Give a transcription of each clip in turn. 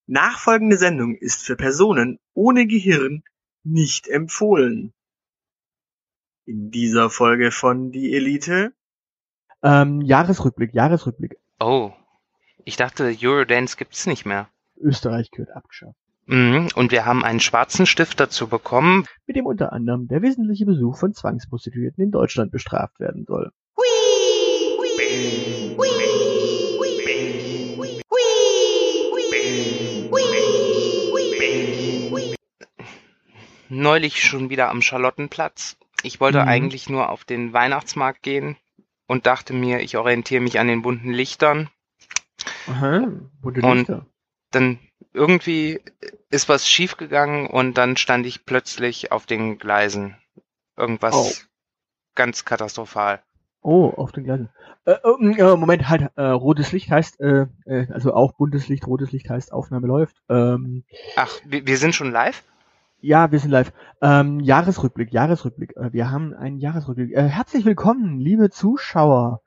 Nachfolgende Sendung ist für Personen ohne Gehirn nicht empfohlen. In dieser Folge von Die Elite. Jahresrückblick. Oh, ich dachte, Eurodance gibt's nicht mehr. Österreich gehört abgeschafft. Und wir haben einen schwarzen Stift dazu bekommen, Mit dem unter anderem der wesentliche Besuch von Zwangsprostituierten in Deutschland bestraft werden soll. neulich schon wieder am Charlottenplatz. Ich wollte eigentlich nur auf den Weihnachtsmarkt gehen und dachte mir, ich orientiere mich an den bunten Lichtern. Aha, bunte Und Lichter. dann irgendwie ist was schiefgegangen und dann stand ich plötzlich auf den Gleisen. Irgendwas ganz katastrophal. Oh, auf den Gleisen. Moment, halt, rotes Licht heißt, also auch buntes Licht, rotes Licht heißt Aufnahme läuft. Ach, wir sind schon live? Ja, wir sind live. Jahresrückblick. Wir haben einen Jahresrückblick. Herzlich willkommen, liebe Zuschauer.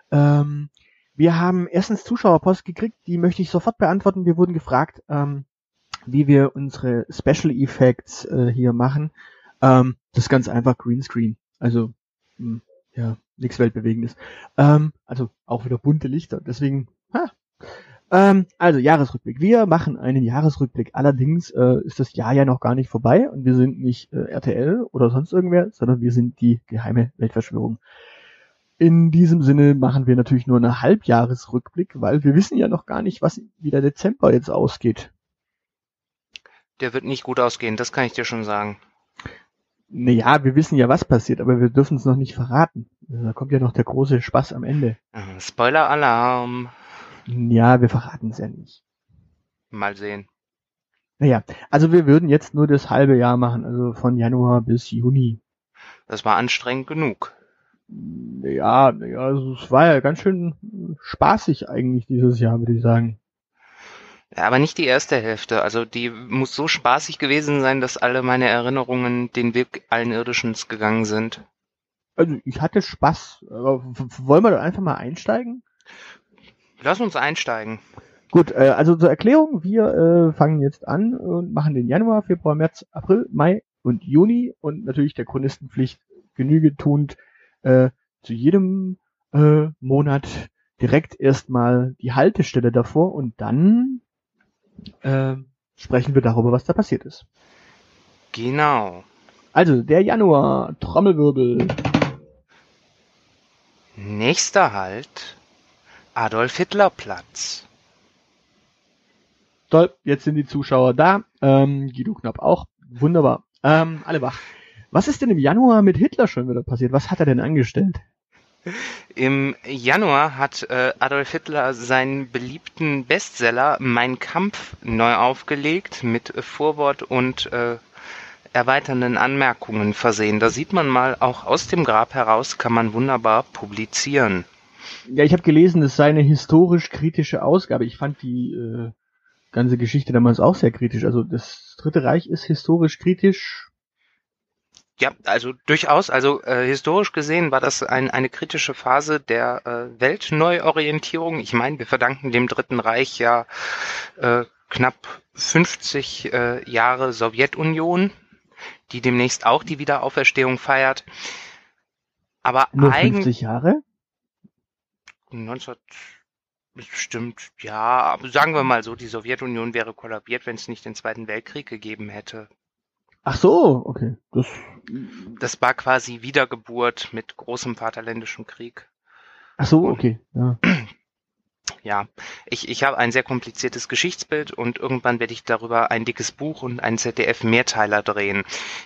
Wir haben erstens Zuschauerpost gekriegt, die möchte ich sofort beantworten. Wir wurden gefragt, wie wir unsere Special Effects hier machen. Das ist ganz einfach Greenscreen. Also, ja, nichts Weltbewegendes. Also auch wieder bunte Lichter. Deswegen, also Jahresrückblick. Wir machen einen Jahresrückblick. Allerdings ist das Jahr ja noch gar nicht vorbei und wir sind nicht RTL oder sonst irgendwer, sondern wir sind die geheime Weltverschwörung. In diesem Sinne machen wir natürlich nur einen Halbjahresrückblick, weil wir wissen ja noch gar nicht, wie der Dezember jetzt ausgeht. Der wird nicht gut ausgehen, das kann ich dir schon sagen. Naja, wir wissen ja, was passiert, aber wir dürfen es noch nicht verraten. Da kommt ja noch der große Spaß am Ende. Spoiler-Alarm. Ja, wir verraten es ja nicht. Mal sehen. Naja, also wir würden jetzt nur das halbe Jahr machen, also von Januar bis Juni. Das war anstrengend genug. Ja, also es war ja ganz schön spaßig eigentlich dieses Jahr, würde ich sagen. Ja, aber nicht die erste Hälfte. Also die muss so spaßig gewesen sein, dass alle meine Erinnerungen den Weg allen Irdischens gegangen sind. Also ich hatte Spaß. Aber wollen wir da einfach mal einsteigen? Lass uns einsteigen. Gut, also zur Erklärung, wir fangen jetzt an und machen den Januar, Februar, März, April, Mai und Juni und natürlich der Chronistenpflicht Genüge tuend zu jedem Monat direkt erstmal die Haltestelle davor und dann sprechen wir darüber, was da passiert ist. Genau. Also, der Januar, Trommelwirbel. Nächster Halt, Adolf-Hitler-Platz. Toll, jetzt sind die Zuschauer da. Guido Knapp auch. Wunderbar. Alle wach. Was ist denn im Januar mit Hitler schon wieder passiert? Was hat er denn angestellt? Im Januar hat Adolf Hitler seinen beliebten Bestseller Mein Kampf neu aufgelegt, mit Vorwort und erweiternden Anmerkungen versehen. Da sieht man mal, auch aus dem Grab heraus kann man wunderbar publizieren. Ja, ich habe gelesen, es sei eine historisch-kritische Ausgabe. Ich fand die ganze Geschichte damals auch sehr kritisch. Also das Dritte Reich ist historisch-kritisch. Ja, also durchaus. Also historisch gesehen war das eine kritische Phase der Weltneuorientierung. Ich meine, wir verdanken dem Dritten Reich ja knapp 50 Jahre Sowjetunion, die demnächst auch die Wiederauferstehung feiert. Aber nur 50 Jahre? 19 bestimmt, ja, aber sagen wir mal so, die Sowjetunion wäre kollabiert, wenn es nicht den Zweiten Weltkrieg gegeben hätte. Ach so, okay. Das war quasi Wiedergeburt mit großem Vaterländischen Krieg. Ach so, okay, ja. Ja, ich habe ein sehr kompliziertes Geschichtsbild und irgendwann werde ich darüber ein dickes Buch und einen ZDF-Mehrteiler drehen.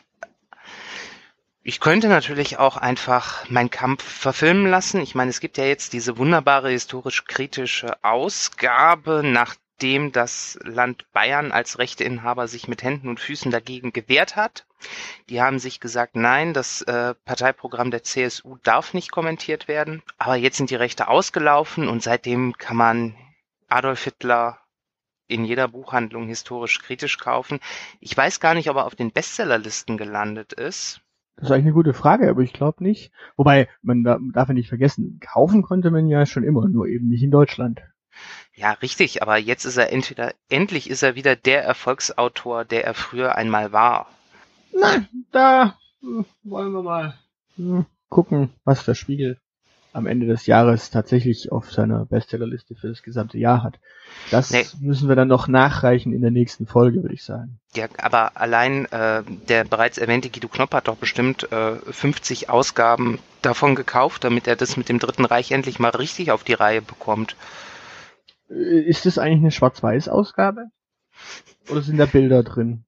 Ich könnte natürlich auch einfach Mein Kampf verfilmen lassen. Ich meine, es gibt ja jetzt diese wunderbare historisch-kritische Ausgabe, nachdem das Land Bayern als Rechteinhaber sich mit Händen und Füßen dagegen gewehrt hat. Die haben sich gesagt, nein, das Parteiprogramm der CSU darf nicht kommentiert werden. Aber jetzt sind die Rechte ausgelaufen und seitdem kann man Adolf Hitler in jeder Buchhandlung historisch-kritisch kaufen. Ich weiß gar nicht, ob er auf den Bestsellerlisten gelandet ist. Das ist eigentlich eine gute Frage, aber ich glaube nicht. Wobei, man darf ja nicht vergessen, kaufen konnte man ja schon immer, nur eben nicht in Deutschland. Ja, richtig, aber jetzt ist er endlich ist er wieder der Erfolgsautor, der er früher einmal war. Na, da wollen wir mal gucken, was der Spiegel am Ende des Jahres tatsächlich auf seiner Bestsellerliste für das gesamte Jahr hat. Das müssen wir dann noch nachreichen in der nächsten Folge, würde ich sagen. Ja, aber allein der bereits erwähnte Guido Knopp hat doch bestimmt 50 Ausgaben davon gekauft, damit er das mit dem Dritten Reich endlich mal richtig auf die Reihe bekommt. Ist das eigentlich eine Schwarz-Weiß-Ausgabe? Oder sind da Bilder drin?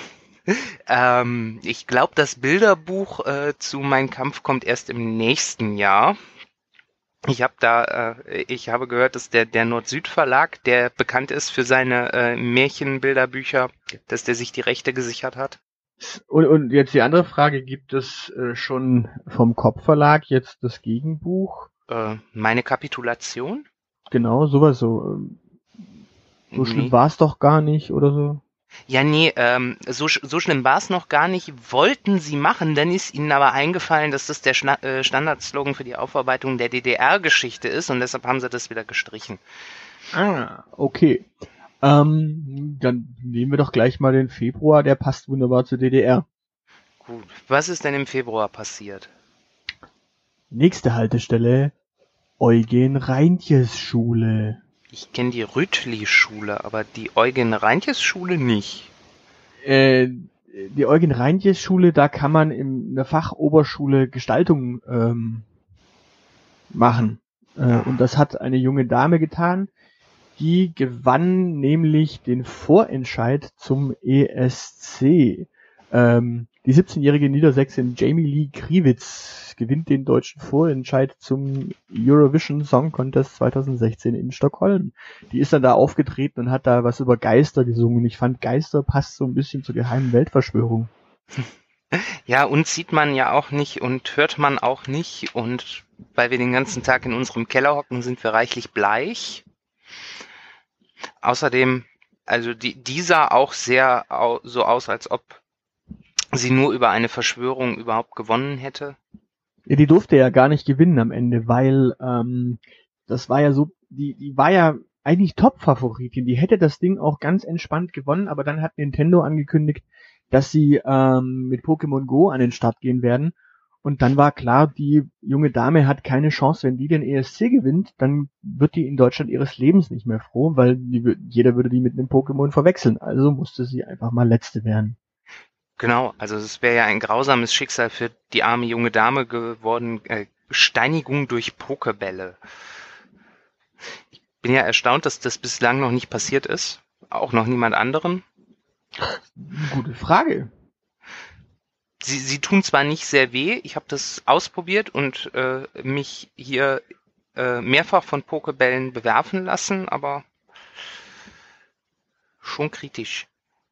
Ich glaube, das Bilderbuch zu Mein Kampf kommt erst im nächsten Jahr. Ich habe gehört, dass der Nord-Süd-Verlag, der bekannt ist für seine Märchenbilderbücher, dass der sich die Rechte gesichert hat. Und jetzt die andere Frage, gibt es schon vom Kopp-Verlag jetzt das Gegenbuch? Meine Kapitulation? Genau, sowas so. So schlimm war es doch gar nicht oder so. Ja, nee, so schlimm war es noch gar nicht. Wollten sie machen, dann ist ihnen aber eingefallen, dass das der Standardslogan für die Aufarbeitung der DDR-Geschichte ist und deshalb haben sie das wieder gestrichen. Ah, okay. Dann nehmen wir doch gleich mal den Februar, der passt wunderbar zur DDR. Gut, was ist denn im Februar passiert? Nächste Haltestelle, Eugen-Reintjes-Schule. Ich kenne die Rütli-Schule, aber die Eugen-Reintjes-Schule nicht. Die Eugen-Reintjes-Schule, da kann man in der Fachoberschule Gestaltung machen. Und das hat eine junge Dame getan. Die gewann nämlich den Vorentscheid zum ESC. Die 17-jährige Niedersächsin Jamie Lee Kriwitz gewinnt den deutschen Vorentscheid zum Eurovision Song Contest 2016 in Stockholm. Die ist dann da aufgetreten und hat da was über Geister gesungen. Ich fand, Geister passt so ein bisschen zur geheimen Weltverschwörung. Ja, uns sieht man ja auch nicht und hört man auch nicht. Und weil wir den ganzen Tag in unserem Keller hocken, sind wir reichlich bleich. Außerdem, also die sah auch sehr so aus, als ob sie nur über eine Verschwörung überhaupt gewonnen hätte. Ja, die durfte ja gar nicht gewinnen am Ende, weil das war ja so, die war ja eigentlich Top-Favoritin. Die hätte das Ding auch ganz entspannt gewonnen, aber dann hat Nintendo angekündigt, dass sie mit Pokémon Go an den Start gehen werden. Und dann war klar, die junge Dame hat keine Chance. Wenn die den ESC gewinnt, dann wird die in Deutschland ihres Lebens nicht mehr froh, weil jeder würde die mit einem Pokémon verwechseln. Also musste sie einfach mal Letzte werden. Genau, also es wäre ja ein grausames Schicksal für die arme junge Dame geworden. Steinigung durch Pokebälle. Ich bin ja erstaunt, dass das bislang noch nicht passiert ist. Auch noch niemand anderem. Gute Frage. Sie tun zwar nicht sehr weh, ich habe das ausprobiert und mich hier mehrfach von Pokebällen bewerfen lassen, aber schon kritisch.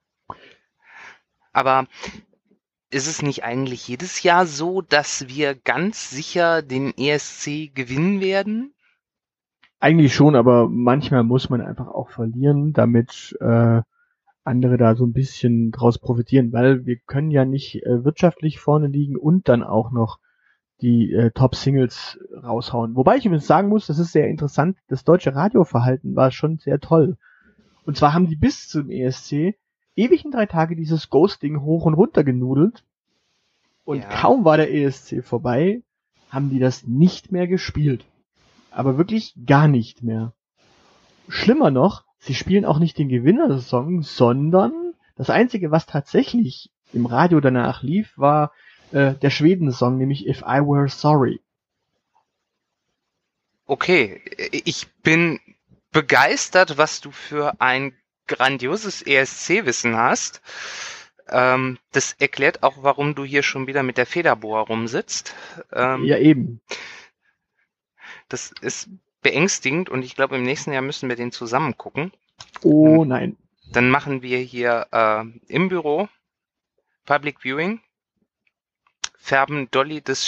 Aber ist es nicht eigentlich jedes Jahr so, dass wir ganz sicher den ESC gewinnen werden? Eigentlich schon, aber manchmal muss man einfach auch verlieren, damit andere da so ein bisschen draus profitieren, weil wir können ja nicht wirtschaftlich vorne liegen und dann auch noch die Top-Singles raushauen. Wobei ich übrigens sagen muss, das ist sehr interessant, das deutsche Radioverhalten war schon sehr toll. Und zwar haben die bis zum ESC ewig in 3 Tage dieses Ghosting hoch und runter genudelt und Ja. Kaum war der ESC vorbei, haben die das nicht mehr gespielt. Aber wirklich gar nicht mehr. Schlimmer noch, sie spielen auch nicht den Gewinnersong, sondern das Einzige, was tatsächlich im Radio danach lief, war der Schweden-Song, nämlich If I Were Sorry. Okay, ich bin begeistert, was du für ein grandioses ESC-Wissen hast. Das erklärt auch, warum du hier schon wieder mit der Federbohr rumsitzt. Ja, eben. Das ist beängstigend und ich glaube, im nächsten Jahr müssen wir den zusammen gucken. Oh nein. Dann machen wir hier im Büro Public Viewing, färben Dolly das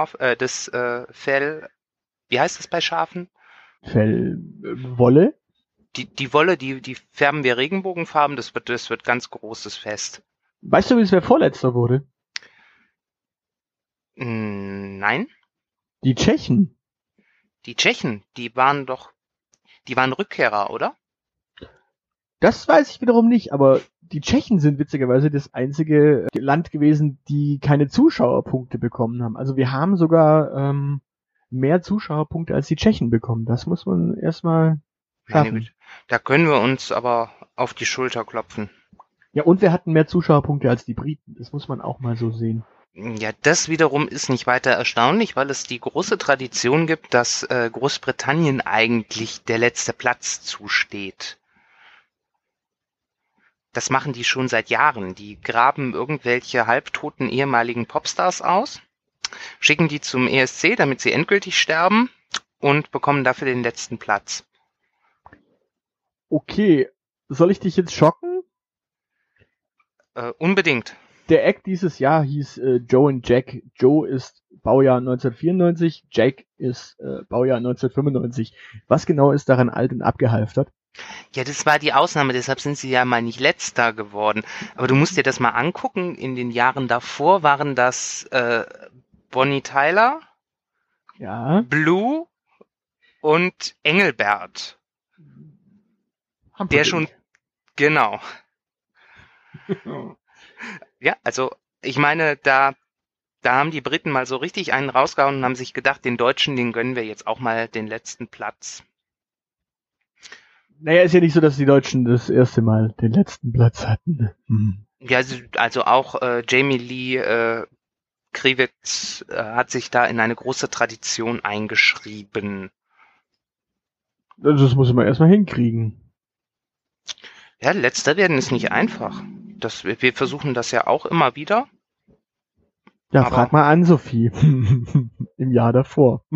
Fell, wie heißt das bei Schafen? Wolle? Die Wolle, die färben wir Regenbogenfarben, das wird ganz großes Fest. Weißt du, wie es wer Vorletzter wurde? Nein. Die Tschechen. Die Tschechen, die waren doch, Die waren Rückkehrer, oder? Das weiß ich wiederum nicht, aber die Tschechen sind witzigerweise das einzige Land gewesen, die keine Zuschauerpunkte bekommen haben. Also wir haben sogar mehr Zuschauerpunkte als die Tschechen bekommen. Das muss man erstmal Meine schaffen. Güte. Da können wir uns aber auf die Schulter klopfen. Ja, und wir hatten mehr Zuschauerpunkte als die Briten. Das muss man auch mal so sehen. Ja, das wiederum ist nicht weiter erstaunlich, weil es die große Tradition gibt, dass Großbritannien eigentlich der letzte Platz zusteht. Das machen die schon seit Jahren. Die graben irgendwelche halbtoten ehemaligen Popstars aus, schicken die zum ESC, damit sie endgültig sterben und bekommen dafür den letzten Platz. Okay, soll ich dich jetzt schocken? Unbedingt. Der Act dieses Jahr hieß Joe and Jack. Joe ist Baujahr 1994, Jack ist Baujahr 1995. Was genau ist daran alt und abgehalftert? Ja, das war die Ausnahme, deshalb sind sie ja mal nicht letzter geworden. Aber du musst dir das mal angucken. In den Jahren davor waren das Bonnie Tyler, Ja. Blue und Engelbert. Der schon, genau. Ja, also ich meine, da haben die Briten mal so richtig einen rausgehauen und haben sich gedacht, den Deutschen, den gönnen wir jetzt auch mal den letzten Platz. Naja, ist ja nicht so, dass die Deutschen das erste Mal den letzten Platz hatten. Ja, also auch Jamie Lee Kriwitz hat sich da in eine große Tradition eingeschrieben. Also das muss man erstmal hinkriegen. Ja, letzter werden ist nicht einfach. Wir versuchen das ja auch immer wieder. Ja, Aber frag mal an, Sophie. Im Jahr davor.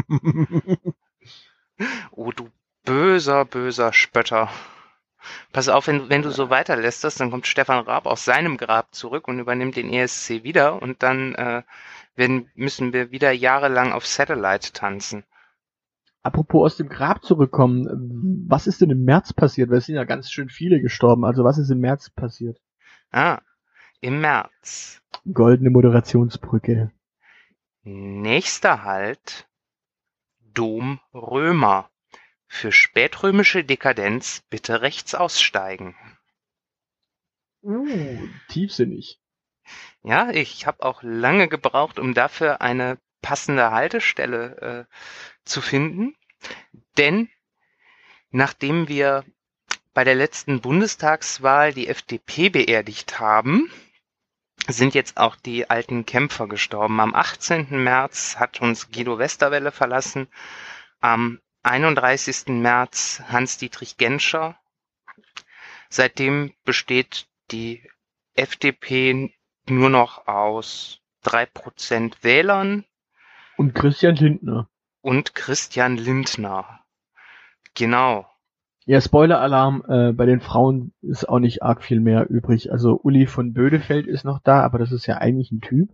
Oh, du böser, böser Spötter. Pass auf, wenn du so weiterlässt, dann kommt Stefan Raab aus seinem Grab zurück und übernimmt den ESC wieder und dann müssen wir wieder jahrelang auf Satellite tanzen. Apropos aus dem Grab zurückkommen, was ist denn im März passiert? Weil es sind ja ganz schön viele gestorben. Also was ist im März passiert? Im März. Goldene Moderationsbrücke. Nächster Halt, Dom Römer. Für spätrömische Dekadenz bitte rechts aussteigen. Tiefsinnig. Ja, ich habe auch lange gebraucht, um dafür eine passende Haltestelle zu finden. Denn nachdem wir bei der letzten Bundestagswahl die FDP beerdigt haben, sind jetzt auch die alten Kämpfer gestorben. Am 18. März hat uns Guido Westerwelle verlassen. Am 31. März Hans-Dietrich Genscher. Seitdem besteht die FDP nur noch aus 3% Wählern. Und Christian Lindner. Und Christian Lindner. Genau. Ja, Spoiler-Alarm, bei den Frauen ist auch nicht arg viel mehr übrig. Also Uli von Bödefeld ist noch da, aber das ist ja eigentlich ein Typ.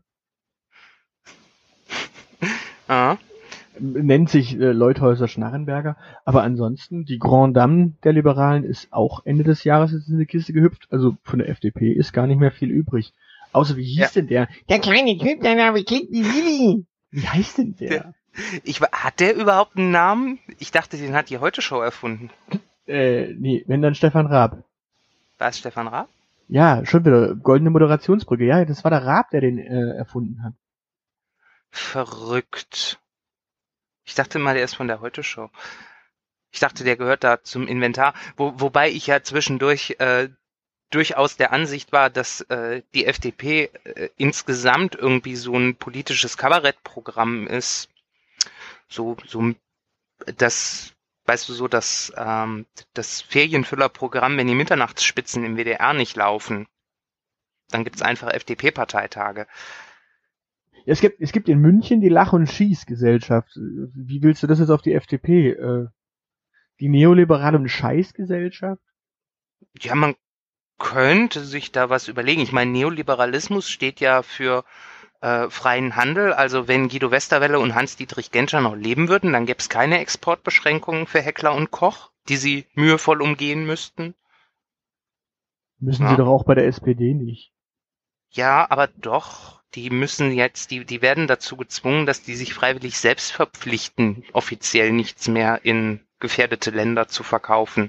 Nennt sich Leuthäuser-Schnarrenberger. Aber ansonsten, die Grand Dame der Liberalen ist auch Ende des Jahres jetzt in die Kiste gehüpft. Also von der FDP ist gar nicht mehr viel übrig. Außer wie hieß denn der? Der kleine Typ, der Name klingt wie Willi. Wie heißt denn der? Hat der überhaupt einen Namen? Ich dachte, den hat die Heute-Show erfunden. Nee, wenn dann Stefan Raab. War es Stefan Raab? Ja, schon wieder. Goldene Moderationsbrücke. Ja, das war der Raab, der den erfunden hat. Verrückt. Ich dachte mal, der ist von der Heute-Show. Ich dachte, der gehört da zum Inventar. Wobei ich ja zwischendurch durchaus der Ansicht war, dass die FDP insgesamt irgendwie so ein politisches Kabarettprogramm ist. So das, weißt du, so das Ferienfüllerprogramm, wenn die Mitternachtsspitzen im WDR nicht laufen, dann gibt's einfach FDP-Parteitage. Ja, es gibt in München die Lach- und Schieß-Gesellschaft. Wie willst du das jetzt auf die FDP? Die neoliberale und Scheißgesellschaft? Ja, man könnte sich da was überlegen. Ich meine, Neoliberalismus steht ja für freien Handel. Also wenn Guido Westerwelle und Hans-Dietrich Genscher noch leben würden, dann gäbe es keine Exportbeschränkungen für Heckler und Koch, die sie mühevoll umgehen müssten. Müssen sie doch auch bei der SPD nicht. Ja, aber doch. Die müssen jetzt, die werden dazu gezwungen, dass die sich freiwillig selbst verpflichten, offiziell nichts mehr in gefährdete Länder zu verkaufen.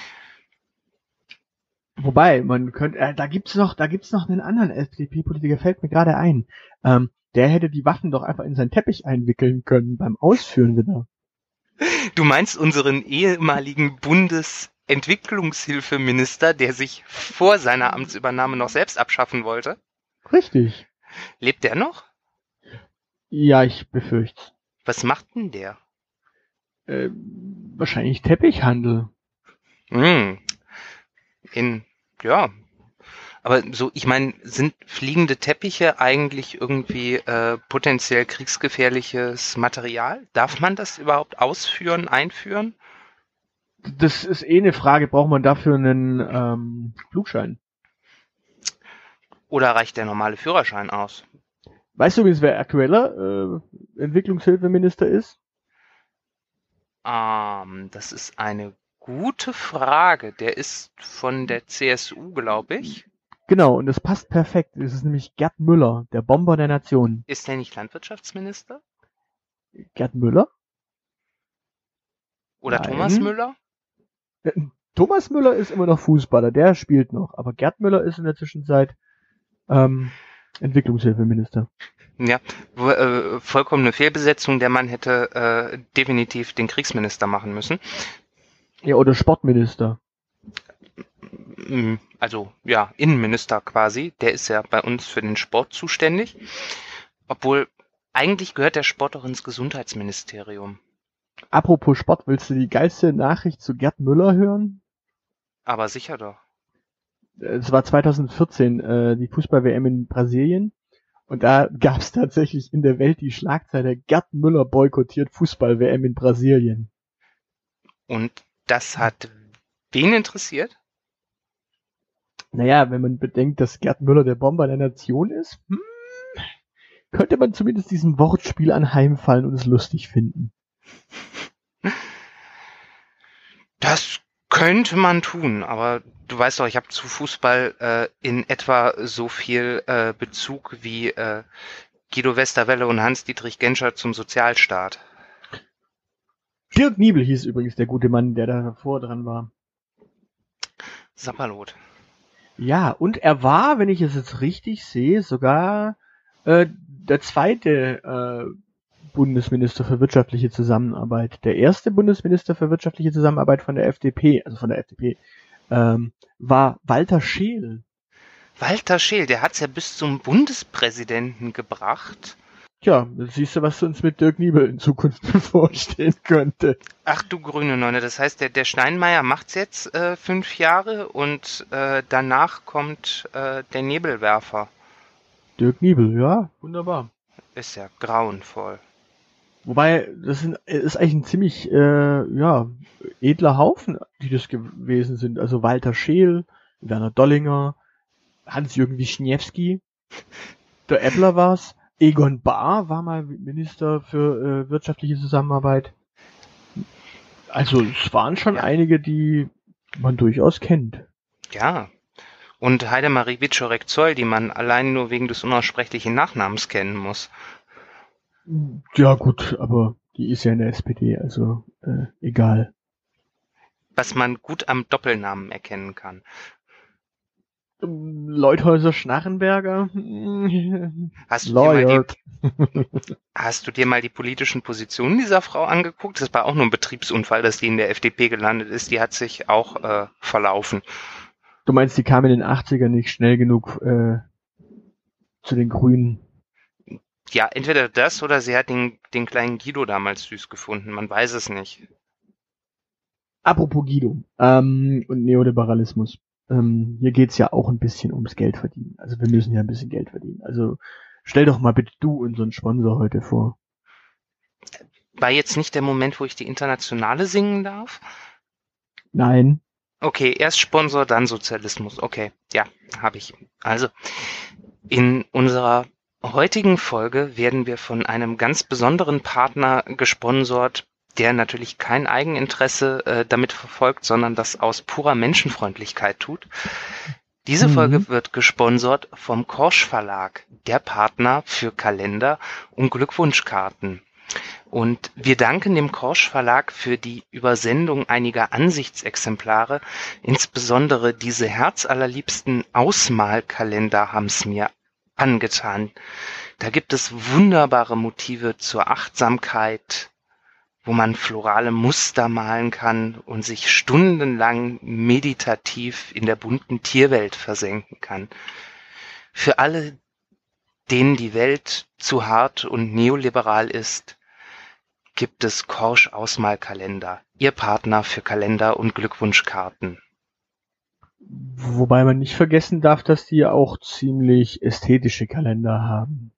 Wobei, man könnte, da gibt's noch einen anderen FDP-Politiker, fällt mir gerade ein. Der hätte die Waffen doch einfach in seinen Teppich einwickeln können beim Ausführen wieder. Du meinst unseren ehemaligen Bundesentwicklungshilfeminister, der sich vor seiner Amtsübernahme noch selbst abschaffen wollte? Richtig. Lebt der noch? Ja, ich befürchte. Was macht denn der? Wahrscheinlich Teppichhandel. Aber so, ich meine, sind fliegende Teppiche eigentlich irgendwie potenziell kriegsgefährliches Material? Darf man das überhaupt ausführen, einführen? Das ist eine Frage, braucht man dafür einen Flugschein? Oder reicht der normale Führerschein aus? Weißt du übrigens, wer aktueller Entwicklungshilfeminister ist? Das ist eine gute Frage. Der ist von der CSU, glaube ich. Genau, und das passt perfekt. Es ist nämlich Gerd Müller, der Bomber der Nation. Ist der nicht Landwirtschaftsminister? Gerd Müller? Oder Nein. Thomas Müller? Thomas Müller ist immer noch Fußballer, der spielt noch. Aber Gerd Müller ist in der Zwischenzeit Entwicklungshilfeminister. Ja, vollkommene Fehlbesetzung. Der Mann hätte definitiv den Kriegsminister machen müssen. Ja, oder Sportminister. Also, ja, Innenminister quasi. Der ist ja bei uns für den Sport zuständig. Obwohl, eigentlich gehört der Sport auch ins Gesundheitsministerium. Apropos Sport, willst du die geilste Nachricht zu Gerd Müller hören? Aber sicher doch. Es war 2014 die Fußball-WM in Brasilien. Und da gab es tatsächlich in der Welt die Schlagzeile: Gerd Müller boykottiert Fußball-WM in Brasilien. Und das hat wen interessiert? Naja, wenn man bedenkt, dass Gerd Müller der Bomber der Nation ist, könnte man zumindest diesem Wortspiel anheimfallen und es lustig finden. Das könnte man tun, aber du weißt doch, ich habe zu Fußball in etwa so viel Bezug wie Guido Westerwelle und Hans-Dietrich Genscher zum Sozialstaat. Dirk Niebel hieß übrigens der gute Mann, der da davor dran war. Sapperlot. Ja, und er war, wenn ich es jetzt richtig sehe, sogar der zweite Bundesminister für wirtschaftliche Zusammenarbeit. Der erste Bundesminister für wirtschaftliche Zusammenarbeit von der FDP, war Walter Scheel. Walter Scheel, der hat's ja bis zum Bundespräsidenten gebracht. Tja, siehst du, was uns mit Dirk Niebel in Zukunft bevorstehen könnte. Ach du grüne Neune, das heißt, der Steinmeier macht's jetzt 5 Jahre und danach kommt der Nebelwerfer. Dirk Niebel, ja, wunderbar. Ist ja grauenvoll. Wobei, das ist eigentlich ein ziemlich edler Haufen, die das gewesen sind. Also Walter Scheel, Werner Dollinger, Hans-Jürgen Wischniewski, der Eppler war's, Egon Bahr war mal Minister für wirtschaftliche Zusammenarbeit. Also es waren schon einige, die man durchaus kennt. Ja, und Heidemarie Wieczorek-Zoll, die man allein nur wegen des unaussprechlichen Nachnamens kennen muss. Ja gut, aber die ist ja in der SPD, also egal. Was man gut am Doppelnamen erkennen kann. Leuthäuser Schnarrenberger. Hast du dir mal die politischen Positionen dieser Frau angeguckt? Das war auch nur ein Betriebsunfall, dass die in der FDP gelandet ist. Die hat sich auch verlaufen. Du meinst, die kam in den 80ern nicht schnell genug zu den Grünen? Ja, entweder das oder sie hat den kleinen Guido damals süß gefunden. Man weiß es nicht. Apropos Guido und Neoliberalismus. Hier geht's ja auch ein bisschen ums Geld verdienen. Also wir müssen ja ein bisschen Geld verdienen. Also stell doch mal bitte du unseren Sponsor heute vor. War jetzt nicht der Moment, wo ich die Internationale singen darf? Nein. Okay, erst Sponsor, dann Sozialismus. Okay, ja, habe ich. Also, in unserer heutigen Folge werden wir von einem ganz besonderen Partner gesponsort, der natürlich kein Eigeninteresse damit verfolgt, sondern das aus purer Menschenfreundlichkeit tut. Diese Folge wird gesponsort vom Korsch Verlag, der Partner für Kalender und Glückwunschkarten. Und wir danken dem Korsch Verlag für die Übersendung einiger Ansichtsexemplare. Insbesondere diese herzallerliebsten Ausmalkalender haben es mir angetan. Da gibt es wunderbare Motive zur Achtsamkeit, wo man florale Muster malen kann und sich stundenlang meditativ in der bunten Tierwelt versenken kann. Für alle, denen die Welt zu hart und neoliberal ist, gibt es Korsch Ausmalkalender, Ihr Partner für Kalender und Glückwunschkarten. Wobei man nicht vergessen darf, dass die auch ziemlich ästhetische Kalender haben.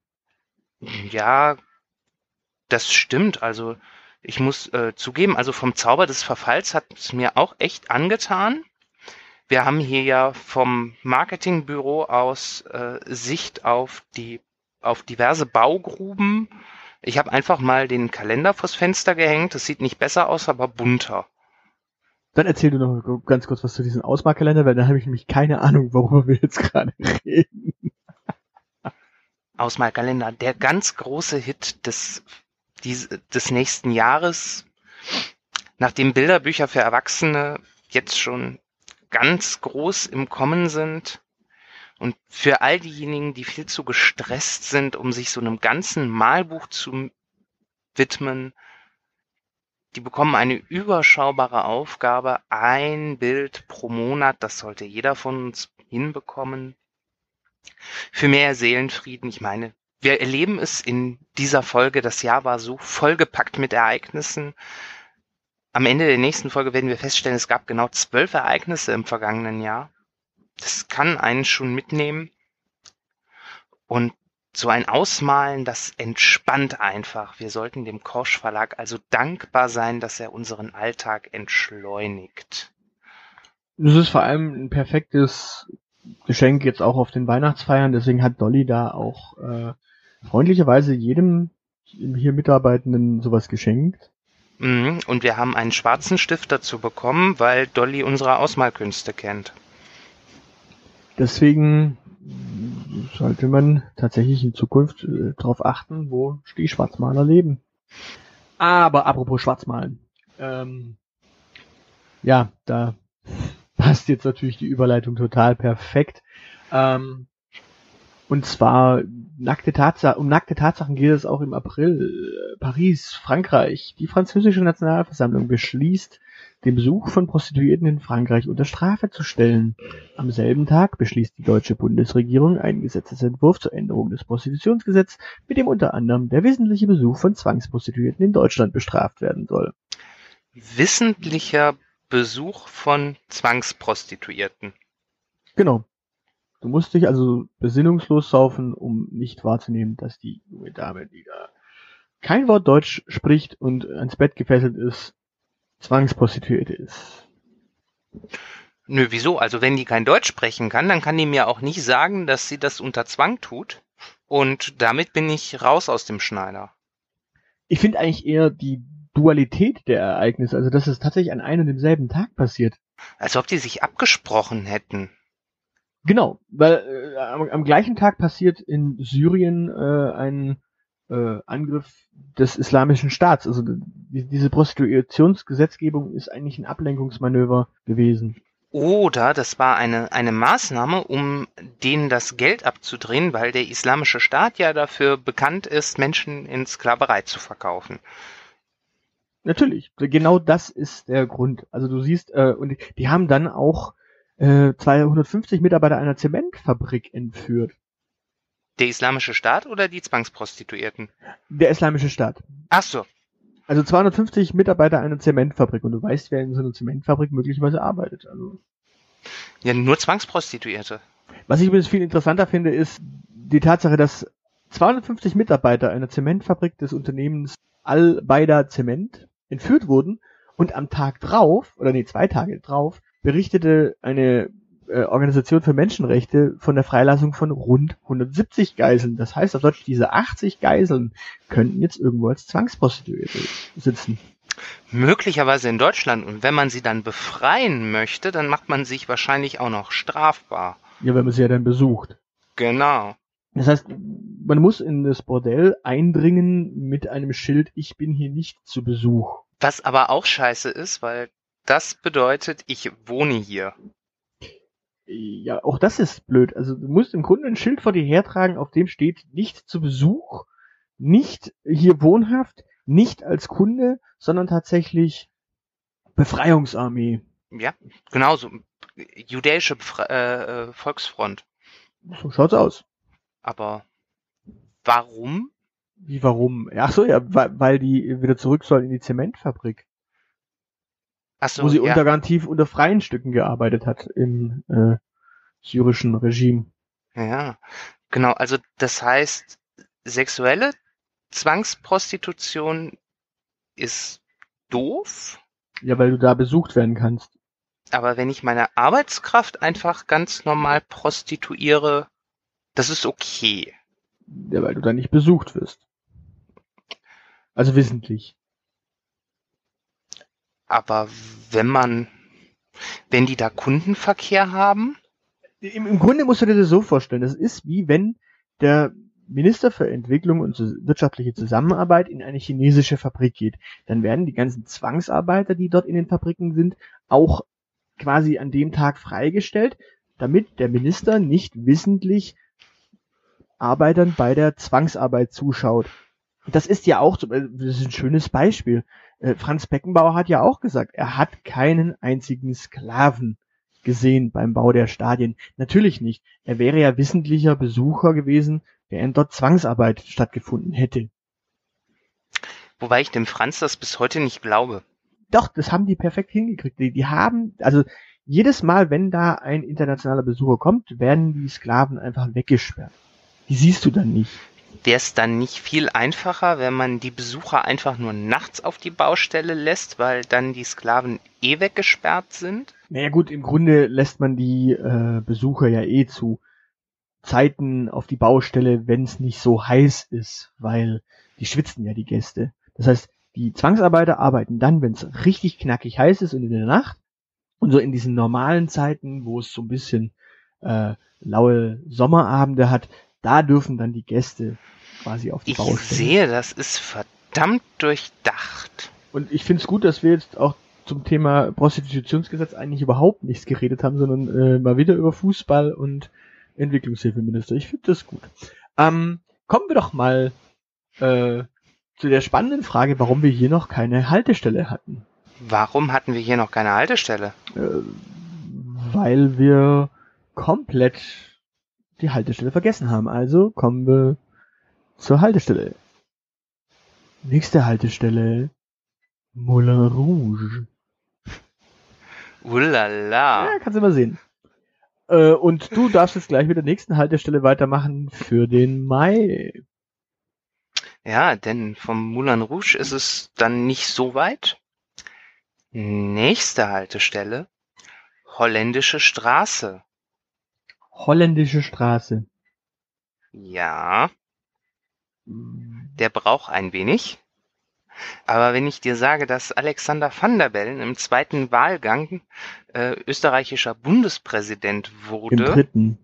Ja, das stimmt. Also ich muss zugeben, also vom Zauber des Verfalls hat es mir auch echt angetan. Wir haben hier ja vom Marketingbüro aus Sicht auf diverse Baugruben. Ich habe einfach mal den Kalender vors Fenster gehängt. Das sieht nicht besser aus, aber bunter. Dann erzähl du noch ganz kurz was zu diesem Ausmalkalender, weil da habe ich nämlich keine Ahnung, worüber wir jetzt gerade reden. Ausmalkalender, der ganz große Hit des nächsten Jahres, nachdem Bilderbücher für Erwachsene jetzt schon ganz groß im Kommen sind und für all diejenigen, die viel zu gestresst sind, um sich so einem ganzen Malbuch zu widmen, die bekommen eine überschaubare Aufgabe, ein Bild pro Monat, das sollte jeder von uns hinbekommen, für mehr Seelenfrieden. Ich meine, wir erleben es in dieser Folge, das Jahr war so vollgepackt mit Ereignissen. Am Ende der nächsten Folge werden wir feststellen, es gab genau 12 Ereignisse im vergangenen Jahr. Das kann einen schon mitnehmen. Und so ein Ausmalen, das entspannt einfach. Wir sollten dem Korsch Verlag also dankbar sein, dass er unseren Alltag entschleunigt. Das ist vor allem ein perfektes Geschenk jetzt auch auf den Weihnachtsfeiern. Deswegen hat Dolly da auch freundlicherweise jedem hier Mitarbeitenden sowas geschenkt. Und wir haben einen schwarzen Stift dazu bekommen, weil Dolly unsere Ausmalkünste kennt. Deswegen sollte man tatsächlich in Zukunft darauf achten, wo die Schwarzmaler leben. Aber apropos Schwarzmalen. Ja, da passt jetzt natürlich die Überleitung total perfekt. Und zwar um nackte Tatsachen geht es auch im April. Paris, Frankreich. Die französische Nationalversammlung beschließt, den Besuch von Prostituierten in Frankreich unter Strafe zu stellen. Am selben Tag beschließt die deutsche Bundesregierung einen Gesetzesentwurf zur Änderung des Prostitutionsgesetzes, mit dem unter anderem der wissentliche Besuch von Zwangsprostituierten in Deutschland bestraft werden soll. Wissentlicher Besuch von Zwangsprostituierten. Genau. Du musst dich also besinnungslos saufen, um nicht wahrzunehmen, dass die junge Dame, die da kein Wort Deutsch spricht und ans Bett gefesselt ist, Zwangsprostituierte ist. Nö, wieso? Also wenn die kein Deutsch sprechen kann, dann kann die mir auch nicht sagen, dass sie das unter Zwang tut. Und damit bin ich raus aus dem Schneider. Ich finde eigentlich eher die Dualität der Ereignisse, also dass es tatsächlich an einem und demselben Tag passiert. Als ob die sich abgesprochen hätten. Genau, weil am gleichen Tag passiert in Syrien ein Angriff des Islamischen Staats. Also diese Prostitutionsgesetzgebung ist eigentlich ein Ablenkungsmanöver gewesen. Oder das war eine Maßnahme, um denen das Geld abzudrehen, weil der Islamische Staat ja dafür bekannt ist, Menschen in Sklaverei zu verkaufen. Natürlich, genau das ist der Grund. Also du siehst, und die haben dann auch 250 Mitarbeiter einer Zementfabrik entführt. Der Islamische Staat oder die Zwangsprostituierten? Der Islamische Staat. Ach so. Also 250 Mitarbeiter einer Zementfabrik. Und du weißt, wer in so einer Zementfabrik möglicherweise arbeitet. Also. Ja, nur Zwangsprostituierte. Was ich übrigens viel interessanter finde, ist die Tatsache, dass 250 Mitarbeiter einer Zementfabrik des Unternehmens Al-Baida Zement entführt wurden und am Tag drauf, oder nee, 2 Tage drauf, berichtete eine Organisation für Menschenrechte von der Freilassung von rund 170 Geiseln. Das heißt auf Deutsch, diese 80 Geiseln könnten jetzt irgendwo als Zwangsprostituierte sitzen. Möglicherweise in Deutschland. Und wenn man sie dann befreien möchte, dann macht man sich wahrscheinlich auch noch strafbar. Ja, wenn man sie ja dann besucht. Genau. Das heißt, man muss in das Bordell eindringen mit einem Schild, ich bin hier nicht zu Besuch. Was aber auch scheiße ist, weil das bedeutet, ich wohne hier. Ja, auch das ist blöd. Also du musst im Grunde ein Schild vor dir hertragen, auf dem steht, nicht zu Besuch, nicht hier wohnhaft, nicht als Kunde, sondern tatsächlich Befreiungsarmee. Ja, genauso. Judäische Volksfront. So schaut's aus. Aber warum? Wie, warum? Ach so, ja, weil die wieder zurück sollen in die Zementfabrik, Ach so, wo sie ja. garantiv unter freien Stücken gearbeitet hat im syrischen Regime. Ja, genau. Also das heißt, sexuelle Zwangsprostitution ist doof, Ja, weil du da besucht werden kannst. aber wenn ich meine Arbeitskraft einfach ganz normal prostituiere, das ist okay. Ja, weil du da nicht besucht wirst. Also wissentlich. Aber wenn die da Kundenverkehr haben, Im Grunde musst du dir das so vorstellen. Das ist wie wenn der Minister für Entwicklung und wirtschaftliche Zusammenarbeit in eine chinesische Fabrik geht. Dann werden die ganzen Zwangsarbeiter, die dort in den Fabriken sind, auch quasi an dem Tag freigestellt, damit der Minister nicht wissentlich Arbeitern bei der Zwangsarbeit zuschaut. Das ist ja auch, das ist ein schönes Beispiel. Franz Beckenbauer hat ja auch gesagt, er hat keinen einzigen Sklaven gesehen beim Bau der Stadien. Natürlich nicht. Er wäre ja wissentlicher Besucher gewesen, während dort Zwangsarbeit stattgefunden hätte. wobei ich dem Franz das bis heute nicht glaube. Doch, das haben die perfekt hingekriegt. Die haben, also jedes Mal, wenn da ein internationaler Besucher kommt, werden die Sklaven einfach weggesperrt. Die siehst du dann nicht. Wäre es dann nicht viel einfacher, wenn man die Besucher einfach nur nachts auf die Baustelle lässt, weil dann die Sklaven weggesperrt sind? Naja gut, im Grunde lässt man die Besucher ja zu Zeiten auf die Baustelle, wenn es nicht so heiß ist, weil die schwitzen ja die Gäste. Das heißt, die Zwangsarbeiter arbeiten dann, wenn es richtig knackig heiß ist und in der Nacht. Und so in diesen normalen Zeiten, wo es so ein bisschen laue Sommerabende hat, da dürfen dann die Gäste quasi auf die Ich Baustelle. sehe, das ist verdammt durchdacht. Und ich finde es gut, dass wir jetzt auch zum Thema Prostitutionsgesetz eigentlich überhaupt nichts geredet haben, sondern mal wieder über Fußball und Entwicklungshilfeminister. Ich finde das gut. Kommen wir doch mal zu der spannenden Frage, warum wir hier noch keine Haltestelle hatten. Warum hatten wir hier noch keine Haltestelle? Weil wir komplett die Haltestelle vergessen haben. Also kommen wir zur Haltestelle. Nächste Haltestelle, Moulin Rouge. Ulala. Ja, kannst du mal sehen. Und du darfst jetzt gleich mit der nächsten Haltestelle weitermachen für den Mai. Ja, denn vom Moulin Rouge ist es dann nicht so weit. Nächste Haltestelle, Holländische Straße. Holländische Straße. Ja, der braucht ein wenig. Aber wenn ich dir sage, dass Alexander Van der Bellen im zweiten Wahlgang österreichischer Bundespräsident wurde. Im dritten.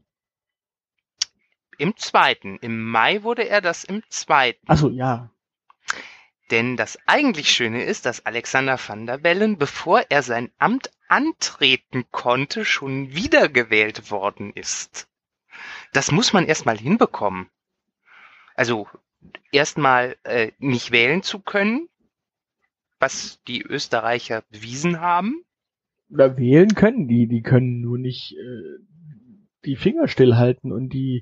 Im zweiten. Im Mai wurde er das im zweiten. Ach so, ja. Denn das eigentlich Schöne ist, dass Alexander Van der Bellen, bevor er sein Amt antreten konnte, schon wiedergewählt worden ist. Das muss man erstmal hinbekommen. Also erstmal nicht wählen zu können, was die Österreicher bewiesen haben. Oder wählen können die. Die können nur nicht die Finger stillhalten und die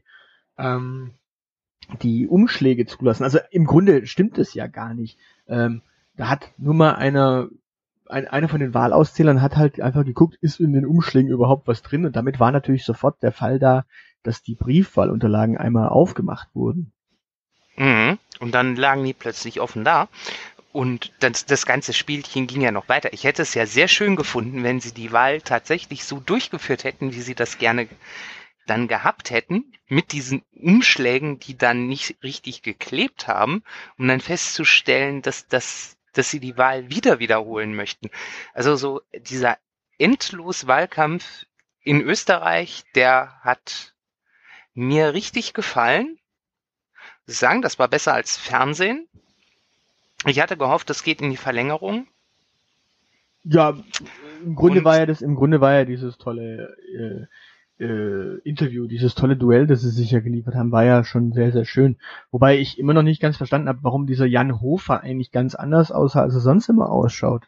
Umschläge zulassen. Also im Grunde stimmt es ja gar nicht. Da hat nur mal einer von den Wahlauszählern hat halt einfach geguckt, ist in den Umschlägen überhaupt was drin, und damit war natürlich sofort der Fall da, dass die Briefwahlunterlagen einmal aufgemacht wurden. Mhm. Und dann lagen die plötzlich offen da. Und das ganze Spielchen ging ja noch weiter. Ich hätte es ja sehr schön gefunden, wenn sie die Wahl tatsächlich so durchgeführt hätten, wie sie das gerne dann gehabt hätten, mit diesen Umschlägen, die dann nicht richtig geklebt haben, um dann festzustellen, dass sie die Wahl wiederholen möchten. Also so dieser endlos Wahlkampf in Österreich, der hat mir richtig gefallen. Sie sagen, das war besser als Fernsehen. Ich hatte gehofft, das geht in die Verlängerung. Ja, im Grunde Und- war ja dieses tolle Interview, dieses tolle Duell, das sie sich ja geliefert haben, war ja schon sehr, sehr schön. Wobei ich immer noch nicht ganz verstanden habe, warum dieser Jan Hofer eigentlich ganz anders aussah, als er sonst immer ausschaut.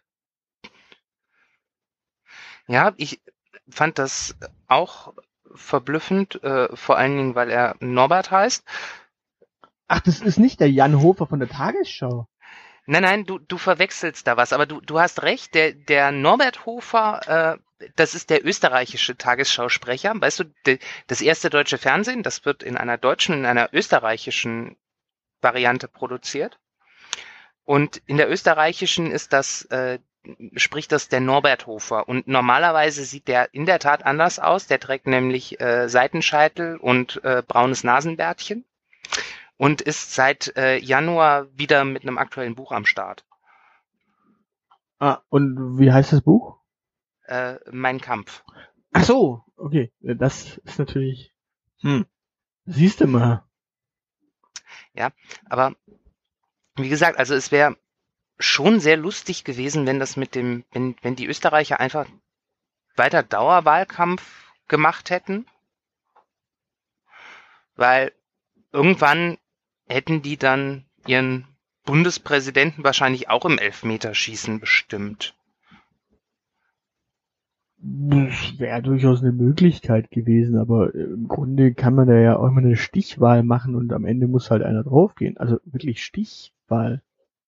Ja, ich fand das auch verblüffend, vor allen Dingen, weil er Norbert heißt. Ach, das ist nicht der Jan Hofer von der Tagesschau. Nein, du verwechselst da was, aber du hast recht, der Norbert Hofer, das ist der österreichische Tagesschausprecher. Weißt du, das erste deutsche Fernsehen, das wird in einer deutschen, in einer österreichischen Variante produziert. Und in der österreichischen spricht das der Norbert Hofer. Und normalerweise sieht der in der Tat anders aus. Der trägt nämlich Seitenscheitel und braunes Nasenbärtchen und ist seit Januar wieder mit einem aktuellen Buch am Start. Ah, und wie heißt das Buch? Mein Kampf. Ach so, okay. Das ist natürlich. Siehst du mal. Aber wie gesagt, also es wäre schon sehr lustig gewesen, wenn wenn die Österreicher einfach weiter Dauerwahlkampf gemacht hätten. Weil irgendwann hätten die dann ihren Bundespräsidenten wahrscheinlich auch im Elfmeterschießen bestimmt. Wäre durchaus eine Möglichkeit gewesen, aber im Grunde kann man da ja auch immer eine Stichwahl machen und am Ende muss halt einer draufgehen. Also wirklich Stichwahl.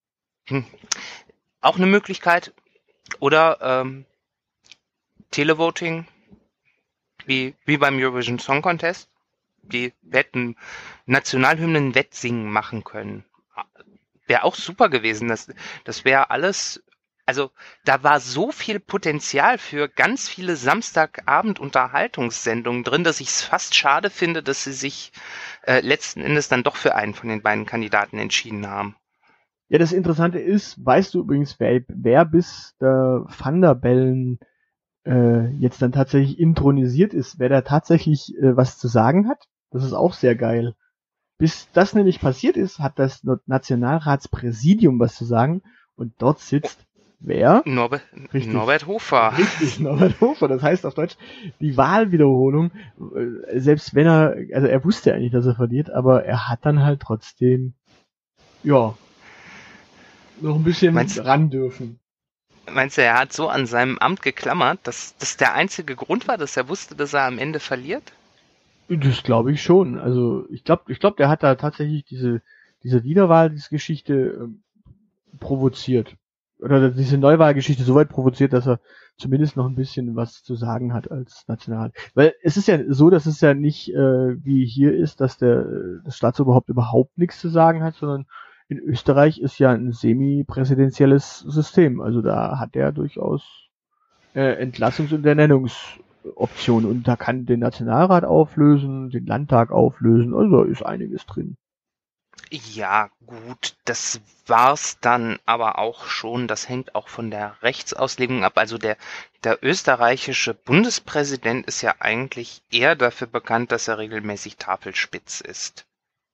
Auch eine Möglichkeit. Oder Televoting, wie beim Eurovision Song Contest. Die hätten Nationalhymnen Wettsingen machen können. Wäre auch super gewesen. Das wäre alles. Also da war so viel Potenzial für ganz viele Samstagabend-Unterhaltungssendungen drin, dass ich es fast schade finde, dass sie sich letzten Endes dann doch für einen von den beiden Kandidaten entschieden haben. Ja, das Interessante ist, weißt du übrigens, wer bis der Van der Bellen jetzt dann tatsächlich intronisiert ist, wer da tatsächlich was zu sagen hat? Das ist auch sehr geil. Bis das nämlich passiert ist, hat das Nationalratspräsidium was zu sagen und dort sitzt wer? Norbert Hofer. Richtig, Norbert Hofer. Das heißt auf Deutsch, die Wahlwiederholung, selbst wenn also er wusste eigentlich, dass er verliert, aber er hat dann halt trotzdem, ja, noch ein bisschen ran dürfen. Meinst du, er hat so an seinem Amt geklammert, dass das der einzige Grund war, dass er wusste, dass er am Ende verliert? Das glaube ich schon. Also ich glaube, der hat da tatsächlich diese Wiederwahlgeschichte provoziert. Oder diese Neuwahlgeschichte so weit provoziert, dass er zumindest noch ein bisschen was zu sagen hat als National. Weil es ist ja so, dass es ja nicht wie hier ist, dass das Staatsoberhaupt überhaupt nichts zu sagen hat, sondern in Österreich ist ja ein semi-präsidentielles System. Also da hat er durchaus Entlassungs- und Ernennungsoptionen. Und da kann den Nationalrat auflösen, den Landtag auflösen. Also da ist einiges drin. Ja, gut, das war's dann aber auch schon. Das hängt auch von der Rechtsauslegung ab. Also der österreichische Bundespräsident ist ja eigentlich eher dafür bekannt, dass er regelmäßig tafelspitz ist.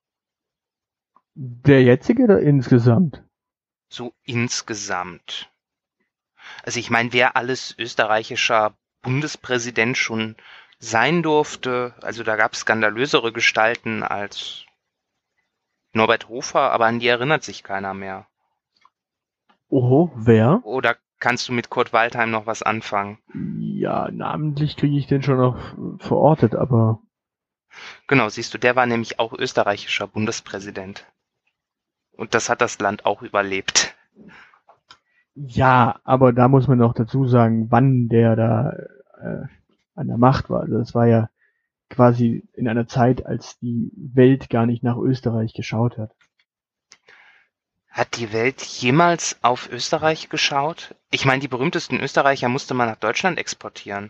Der jetzige oder insgesamt? So insgesamt. Also ich meine, wer alles österreichischer Bundespräsident schon sein durfte, also da gab es skandalösere Gestalten als Norbert Hofer, aber an die erinnert sich keiner mehr. Oho, wer? Oder kannst du mit Kurt Waldheim noch was anfangen? Ja, namentlich kriege ich den schon noch verortet, aber... Genau, siehst du, der war nämlich auch österreichischer Bundespräsident. Und das hat das Land auch überlebt. Ja, aber da muss man noch dazu sagen, wann der da an der Macht war. Also das war ja quasi in einer Zeit, als die Welt gar nicht nach Österreich geschaut hat. Hat die Welt jemals auf Österreich geschaut? Ich meine, die berühmtesten Österreicher musste man nach Deutschland exportieren.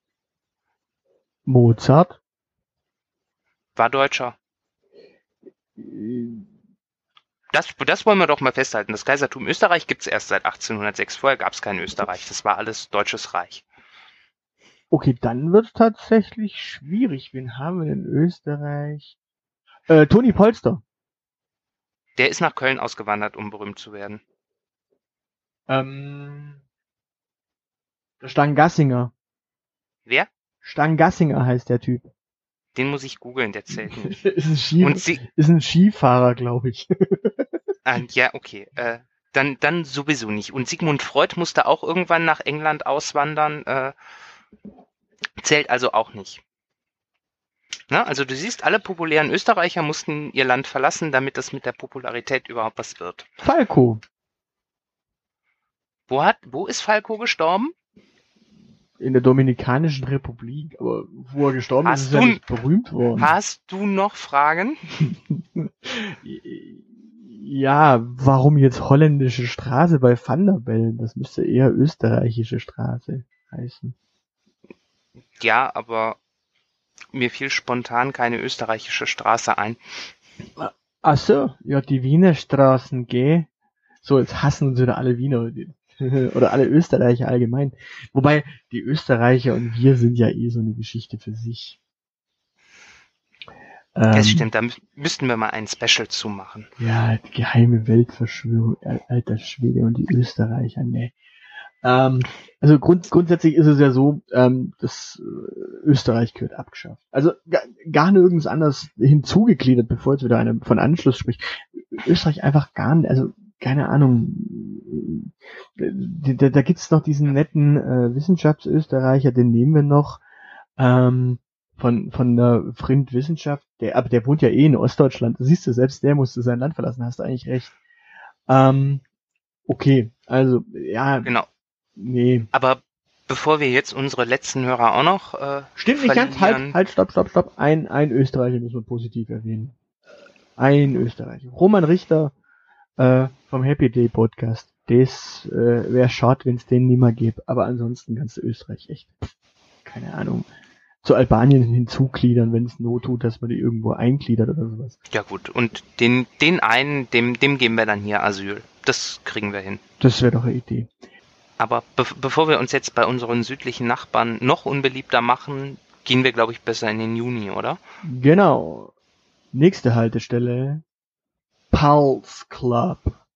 Mozart? War Deutscher. Das wollen wir doch mal festhalten. Das Kaisertum Österreich gibt's erst seit 1806. Vorher gab's kein Österreich. Das war alles Deutsches Reich. Okay, dann wird's tatsächlich schwierig. Wen haben wir in Österreich? Toni Polster. Der ist nach Köln ausgewandert, um berühmt zu werden. Der Stangassinger. Wer? Stangassinger heißt der Typ. Den muss ich googeln, der zählt nicht. ist Und ein Skifahrer, glaube ich. ja, okay. Dann sowieso nicht. Und Sigmund Freud musste auch irgendwann nach England auswandern. Zählt also auch nicht. Na, also du siehst, alle populären Österreicher mussten ihr Land verlassen, damit das mit der Popularität überhaupt was wird. Falco. Wo ist Falco gestorben? In der Dominikanischen Republik. Aber wo er gestorben ist, ist er nicht berühmt worden. Hast du noch Fragen? Ja, warum jetzt holländische Straße bei Van der Bellen? Das müsste eher österreichische Straße heißen. Ja, aber mir fiel spontan keine österreichische Straße ein. Ach so, ja, die Wiener Straßen, gell? So, jetzt hassen uns wieder alle Wiener oder alle Österreicher allgemein. Wobei, die Österreicher und wir sind ja eh so eine Geschichte für sich. Das stimmt, da müssten wir mal ein Special zu machen. Ja, die geheime Weltverschwörung, alter Schwede und die Österreicher, ne. Also grundsätzlich ist es ja so, dass Österreich gehört abgeschafft. Also gar nirgends anders hinzugegliedert, bevor jetzt wieder einer von Anschluss spricht. Österreich einfach gar nicht, also keine Ahnung. Da gibt's noch diesen netten Wissenschaftsösterreicher, den nehmen wir noch von der Vrind Wissenschaft. Aber der wohnt ja eh in Ostdeutschland. Siehst du, selbst der musste sein Land verlassen. Hast du eigentlich recht. Okay, also ja. Genau. Nee. Aber bevor wir jetzt unsere letzten Hörer auch noch Stimmt nicht ganz, halt, stopp. Ein Österreicher müssen wir positiv erwähnen. Ein Österreicher. Roman Richter vom Happy Day Podcast. Das wäre schade, wenn es den nie mehr gäbe. Aber ansonsten kannst du Österreich echt, keine Ahnung, zu Albanien hinzugliedern, wenn es Not tut, dass man die irgendwo eingliedert oder sowas. Ja gut, und den einen, dem geben wir dann hier Asyl. Das kriegen wir hin. Das wäre doch eine Idee. Aber bevor wir uns jetzt bei unseren südlichen Nachbarn noch unbeliebter machen, gehen wir, glaube ich, besser in den Juni, oder? Genau. Nächste Haltestelle. Pulse Club.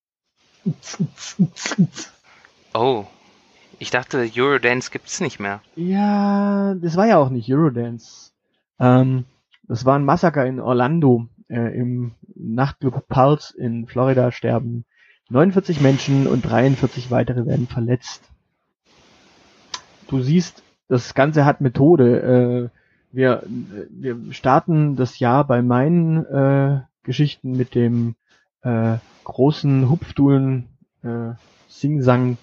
Oh, ich dachte, Eurodance gibt's nicht mehr. Ja, das war ja auch nicht Eurodance. Das war ein Massaker in Orlando. Im Nachtclub Pulse in Florida sterben 49 Menschen und 43 weitere werden verletzt. Du siehst, das Ganze hat Methode. Wir starten das Jahr bei meinen Geschichten mit dem großen Hupfduhlen Singsang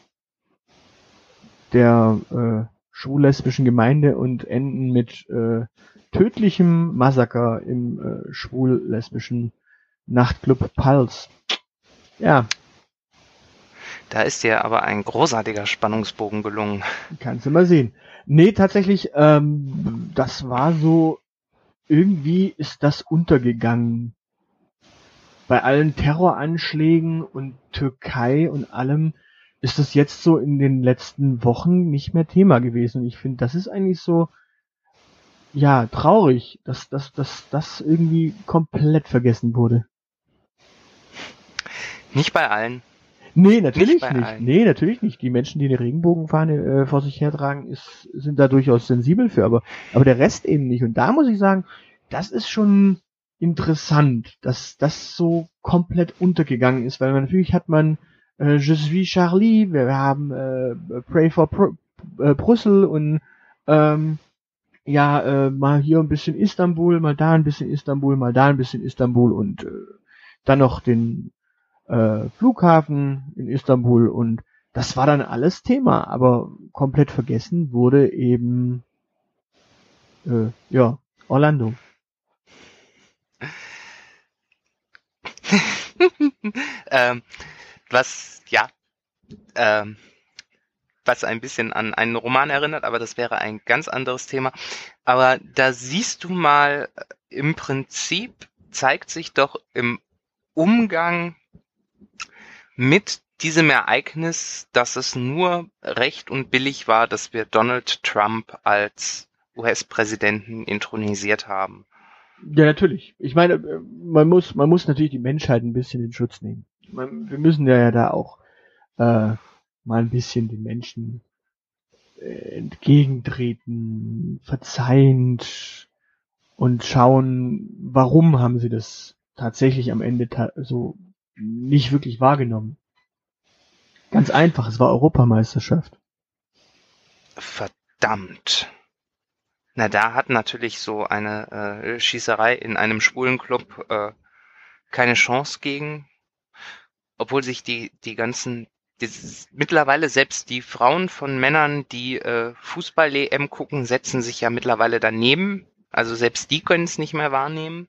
der schwul-lesbischen Gemeinde und enden mit tödlichem Massaker im schwul-lesbischen Nachtclub Pulse. Ja. Da ist dir aber ein großartiger Spannungsbogen gelungen. Kannst du mal sehen. Nee, tatsächlich, das war so, irgendwie ist das untergegangen. Bei allen Terroranschlägen und Türkei und allem ist das jetzt so in den letzten Wochen nicht mehr Thema gewesen. Und ich finde, das ist eigentlich so, ja, traurig, dass das irgendwie komplett vergessen wurde. Nicht bei allen. Nee, natürlich nicht. Nee, natürlich nicht. Die Menschen, die eine Regenbogenfahne vor sich hertragen, sind da durchaus sensibel für, aber der Rest eben nicht. Und da muss ich sagen, das ist schon interessant, dass das so komplett untergegangen ist, weil natürlich hat man Je suis Charlie, wir haben Pray for Brüssel und mal hier ein bisschen Istanbul, mal da ein bisschen Istanbul, mal da ein bisschen Istanbul und dann noch den Flughafen in Istanbul und das war dann alles Thema, aber komplett vergessen wurde eben Orlando. Was ein bisschen an einen Roman erinnert, aber das wäre ein ganz anderes Thema. Aber da siehst du mal, im Prinzip zeigt sich doch im Umgang mit diesem Ereignis, dass es nur recht und billig war, dass wir Donald Trump als US-Präsidenten intronisiert haben. Ja, natürlich. Ich meine, man muss natürlich die Menschheit ein bisschen in Schutz nehmen. Wir müssen ja da auch mal ein bisschen den Menschen entgegentreten, verzeihend und schauen, warum haben sie das tatsächlich am Ende so nicht wirklich wahrgenommen. Ganz einfach, es war Europameisterschaft. Verdammt. Na, da hat natürlich so eine Schießerei in einem schwulen Club keine Chance gegen, obwohl sich die ganzen, mittlerweile selbst die Frauen von Männern, die Fußball-EM gucken, setzen sich ja mittlerweile daneben. Also selbst die können es nicht mehr wahrnehmen.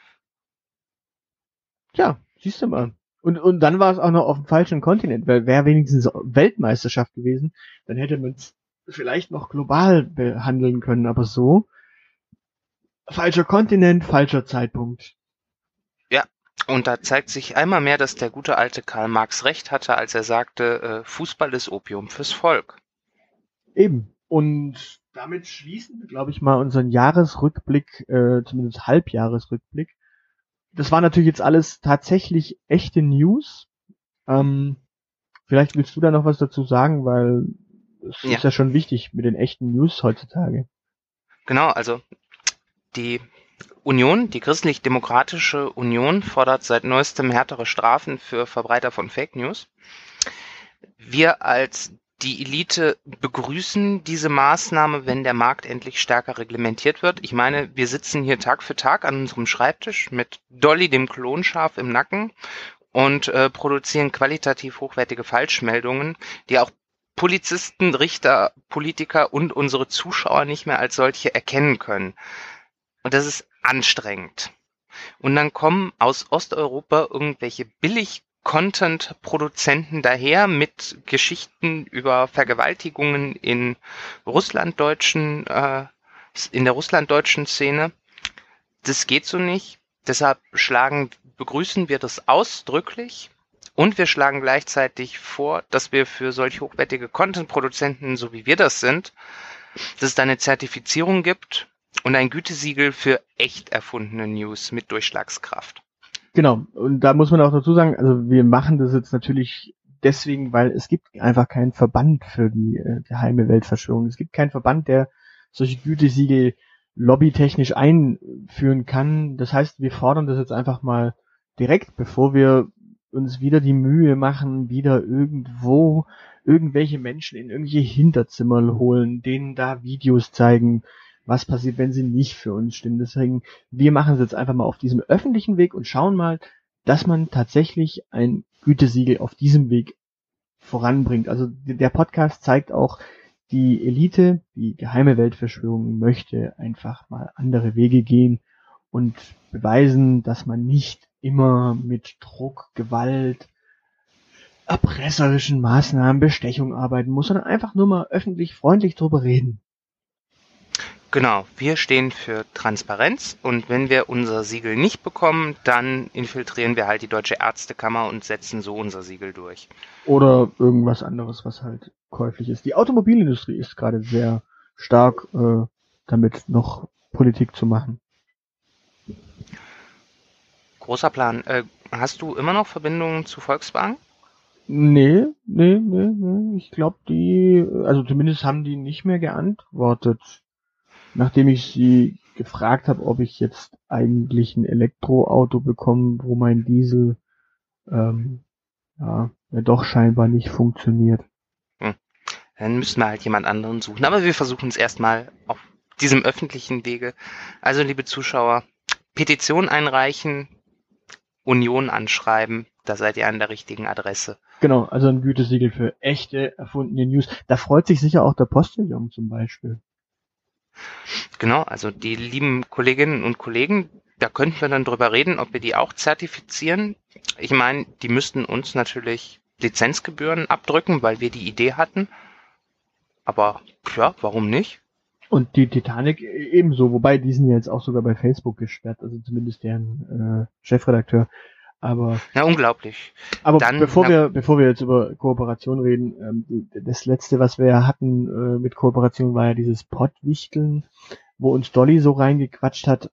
Ja, siehst du mal. Und dann war es auch noch auf dem falschen Kontinent, weil wäre wenigstens Weltmeisterschaft gewesen, dann hätte man es vielleicht noch global behandeln können, aber so falscher Kontinent, falscher Zeitpunkt. Ja, und da zeigt sich einmal mehr, dass der gute alte Karl Marx recht hatte, als er sagte, Fußball ist Opium fürs Volk. Eben. Und damit schließen wir, glaube ich, mal unseren Jahresrückblick, zumindest Halbjahresrückblick. Das war natürlich jetzt alles tatsächlich echte News. Vielleicht willst du da noch was dazu sagen, weil es ist ja schon wichtig mit den echten News heutzutage. Genau, also die Union, die Christlich-Demokratische Union, fordert seit neuestem härtere Strafen für Verbreiter von Fake News. Wir als die Elite begrüßen diese Maßnahme, wenn der Markt endlich stärker reglementiert wird. Ich meine, wir sitzen hier Tag für Tag an unserem Schreibtisch mit Dolly, dem Klonschaf, im Nacken und produzieren qualitativ hochwertige Falschmeldungen, die auch Polizisten, Richter, Politiker und unsere Zuschauer nicht mehr als solche erkennen können. Und das ist anstrengend. Und dann kommen aus Osteuropa irgendwelche Billig-Content-Produzenten daher mit Geschichten über Vergewaltigungen in der russlanddeutschen Szene. Das geht so nicht. Deshalb begrüßen wir das ausdrücklich. Und wir schlagen gleichzeitig vor, dass wir für solch hochwertige Content-Produzenten, so wie wir das sind, dass es da eine Zertifizierung gibt und ein Gütesiegel für echt erfundene News mit Durchschlagskraft. Genau, und da muss man auch dazu sagen, also wir machen das jetzt natürlich deswegen, weil es gibt einfach keinen Verband für die geheime Weltverschwörung. Es gibt keinen Verband, der solche Gütesiegel lobbytechnisch einführen kann. Das heißt, wir fordern das jetzt einfach mal direkt, bevor wir uns wieder die Mühe machen, wieder irgendwo irgendwelche Menschen in irgendwelche Hinterzimmer holen, denen da Videos zeigen, was passiert, wenn sie nicht für uns stimmen. Deswegen, wir machen es jetzt einfach mal auf diesem öffentlichen Weg und schauen mal, dass man tatsächlich ein Gütesiegel auf diesem Weg voranbringt. Also der Podcast zeigt auch, die Elite, die geheime Weltverschwörung möchte einfach mal andere Wege gehen und beweisen, dass man nicht immer mit Druck, Gewalt, erpresserischen Maßnahmen, Bestechung arbeiten muss, sondern einfach nur mal öffentlich freundlich drüber reden. Genau, wir stehen für Transparenz und wenn wir unser Siegel nicht bekommen, dann infiltrieren wir halt die Deutsche Ärztekammer und setzen so unser Siegel durch. Oder irgendwas anderes, was halt käuflich ist. Die Automobilindustrie ist gerade sehr stark damit noch Politik zu machen. Großer Plan. Hast du immer noch Verbindungen zu Volkswagen? Nee. Ich glaube, also zumindest haben die nicht mehr geantwortet. Nachdem ich sie gefragt habe, ob ich jetzt eigentlich ein Elektroauto bekomme, wo mein Diesel ja doch scheinbar nicht funktioniert. Dann müssen wir halt jemand anderen suchen. Aber wir versuchen es erstmal auf diesem öffentlichen Wege. Also, liebe Zuschauer, Petition einreichen, Union anschreiben, da seid ihr an der richtigen Adresse. Genau, also ein Gütesiegel für echte, erfundene News. Da freut sich sicher auch der Postillon zum Beispiel. Genau, also die lieben Kolleginnen und Kollegen, da könnten wir dann drüber reden, ob wir die auch zertifizieren. Ich meine, die müssten uns natürlich Lizenzgebühren abdrücken, weil wir die Idee hatten. Aber ja, warum nicht? Und die Titanic ebenso, wobei die sind jetzt auch sogar bei Facebook gesperrt, also zumindest deren Chefredakteur. Aber Ja, unglaublich. Aber Dann, bevor wir jetzt über Kooperation reden, das letzte, was wir ja hatten mit Kooperation, war ja dieses Pottwichteln, wo uns Dolly so reingequatscht hat.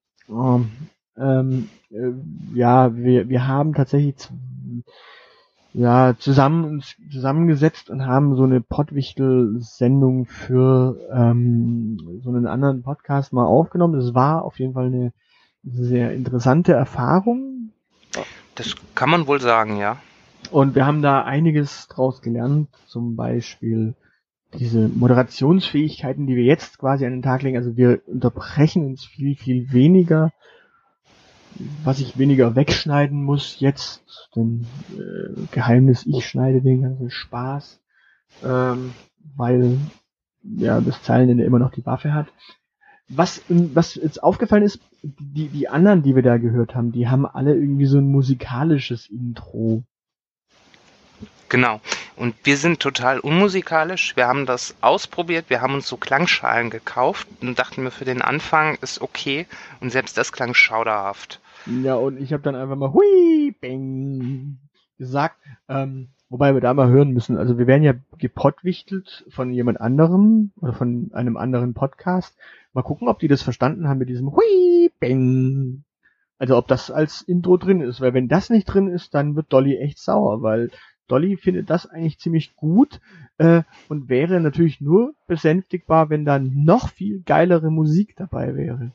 Ja, wir haben tatsächlich uns zusammengesetzt und haben so eine Pottwichtel-Sendung für so einen anderen Podcast mal aufgenommen. Das war auf jeden Fall eine sehr interessante Erfahrung. das kann man wohl sagen, ja. Und wir haben da einiges draus gelernt, zum Beispiel diese Moderationsfähigkeiten, die wir jetzt quasi an den Tag legen. Also wir unterbrechen uns viel, viel weniger, was ich weniger wegschneiden muss jetzt. Denn Geheimnis, ich schneide den ganzen Spaß, weil ja das Zeilenende immer noch die Waffe hat. Was jetzt aufgefallen ist, die anderen, die wir da gehört haben, die haben alle irgendwie so ein musikalisches Intro. Genau. Und wir sind total unmusikalisch. Wir haben das ausprobiert. Wir haben uns so Klangschalen gekauft und dachten mir, für den Anfang ist okay. Und selbst das klang schauderhaft. Ja, und ich habe dann einfach mal hui, bang gesagt. Wobei wir da mal hören müssen. Also wir werden ja gepottwichtelt von jemand anderem oder von einem anderen Podcast. Mal gucken, ob die das verstanden haben mit diesem hui, bang. Also ob das als Intro drin ist. Weil wenn das nicht drin ist, dann wird Dolly echt sauer, weil Dolly findet das eigentlich ziemlich gut und wäre natürlich nur besänftigbar, wenn da noch viel geilere Musik dabei wäre.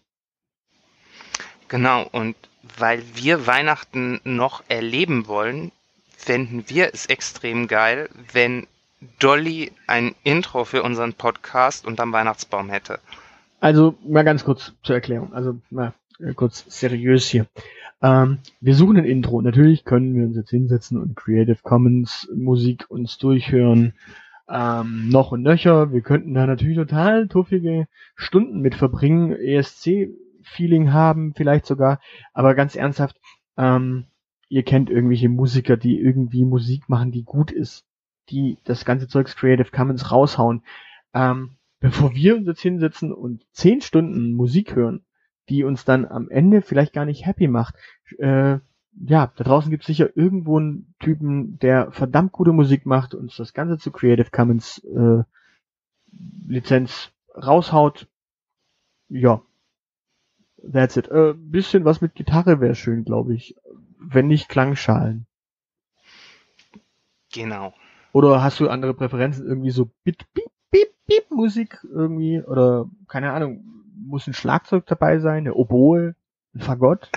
Genau. Und weil wir Weihnachten noch erleben wollen, fänden wir es extrem geil, wenn Dolly ein Intro für unseren Podcast unterm Weihnachtsbaum hätte. Also mal ganz kurz zur Erklärung. Also mal kurz seriös hier. Wir suchen ein Intro. Natürlich können wir uns jetzt hinsetzen und Creative Commons Musik uns durchhören. Noch und nöcher. Wir könnten da natürlich total tuffige Stunden mit verbringen, ESC-Feeling haben, vielleicht sogar. Aber ganz ernsthaft, ihr kennt irgendwelche Musiker, die irgendwie Musik machen, die gut ist, die das ganze Zeugs Creative Commons raushauen. Bevor wir uns jetzt hinsetzen und 10 Stunden Musik hören, die uns dann am Ende vielleicht gar nicht happy macht. Ja, da draußen gibt es sicher irgendwo einen Typen, der verdammt gute Musik macht und das Ganze zu Creative Commons Lizenz raushaut. Ja, that's it. Bisschen was mit Gitarre wäre schön, glaube ich. Wenn nicht Klangschalen. Genau. Oder hast du andere Präferenzen? Irgendwie so Bip, Bip, Bip, Bip Musik irgendwie? Oder, keine Ahnung, muss ein Schlagzeug dabei sein, eine Oboe, ein Fagott?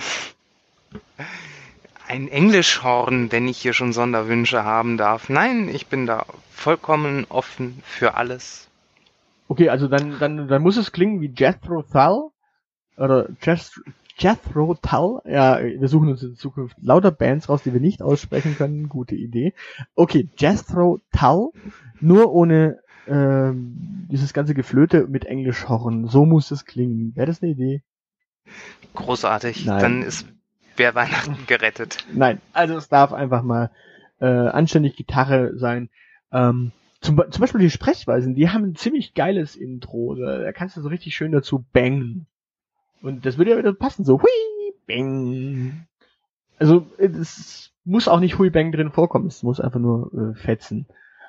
Ein Englischhorn, wenn ich hier schon Sonderwünsche haben darf. Nein, ich bin da vollkommen offen für alles. Okay, also dann muss es klingen wie Jethro Tull oder Jethro Tull. Ja, wir suchen uns in Zukunft lauter Bands raus, die wir nicht aussprechen können. Gute Idee. Okay, Jethro Tull, nur ohne dieses ganze Geflöte mit Englischhorn. So muss es klingen. Wäre das eine Idee? Großartig. Nein. Dann wäre Weihnachten gerettet. Nein, also es darf einfach mal anständig Gitarre sein. Zum Beispiel die Sprechweisen, die haben ein ziemlich geiles Intro. Da kannst du so richtig schön dazu bangen. Und das würde ja wieder passen, so hui, bang. Also es muss auch nicht hui, bang drin vorkommen, es muss einfach nur fetzen.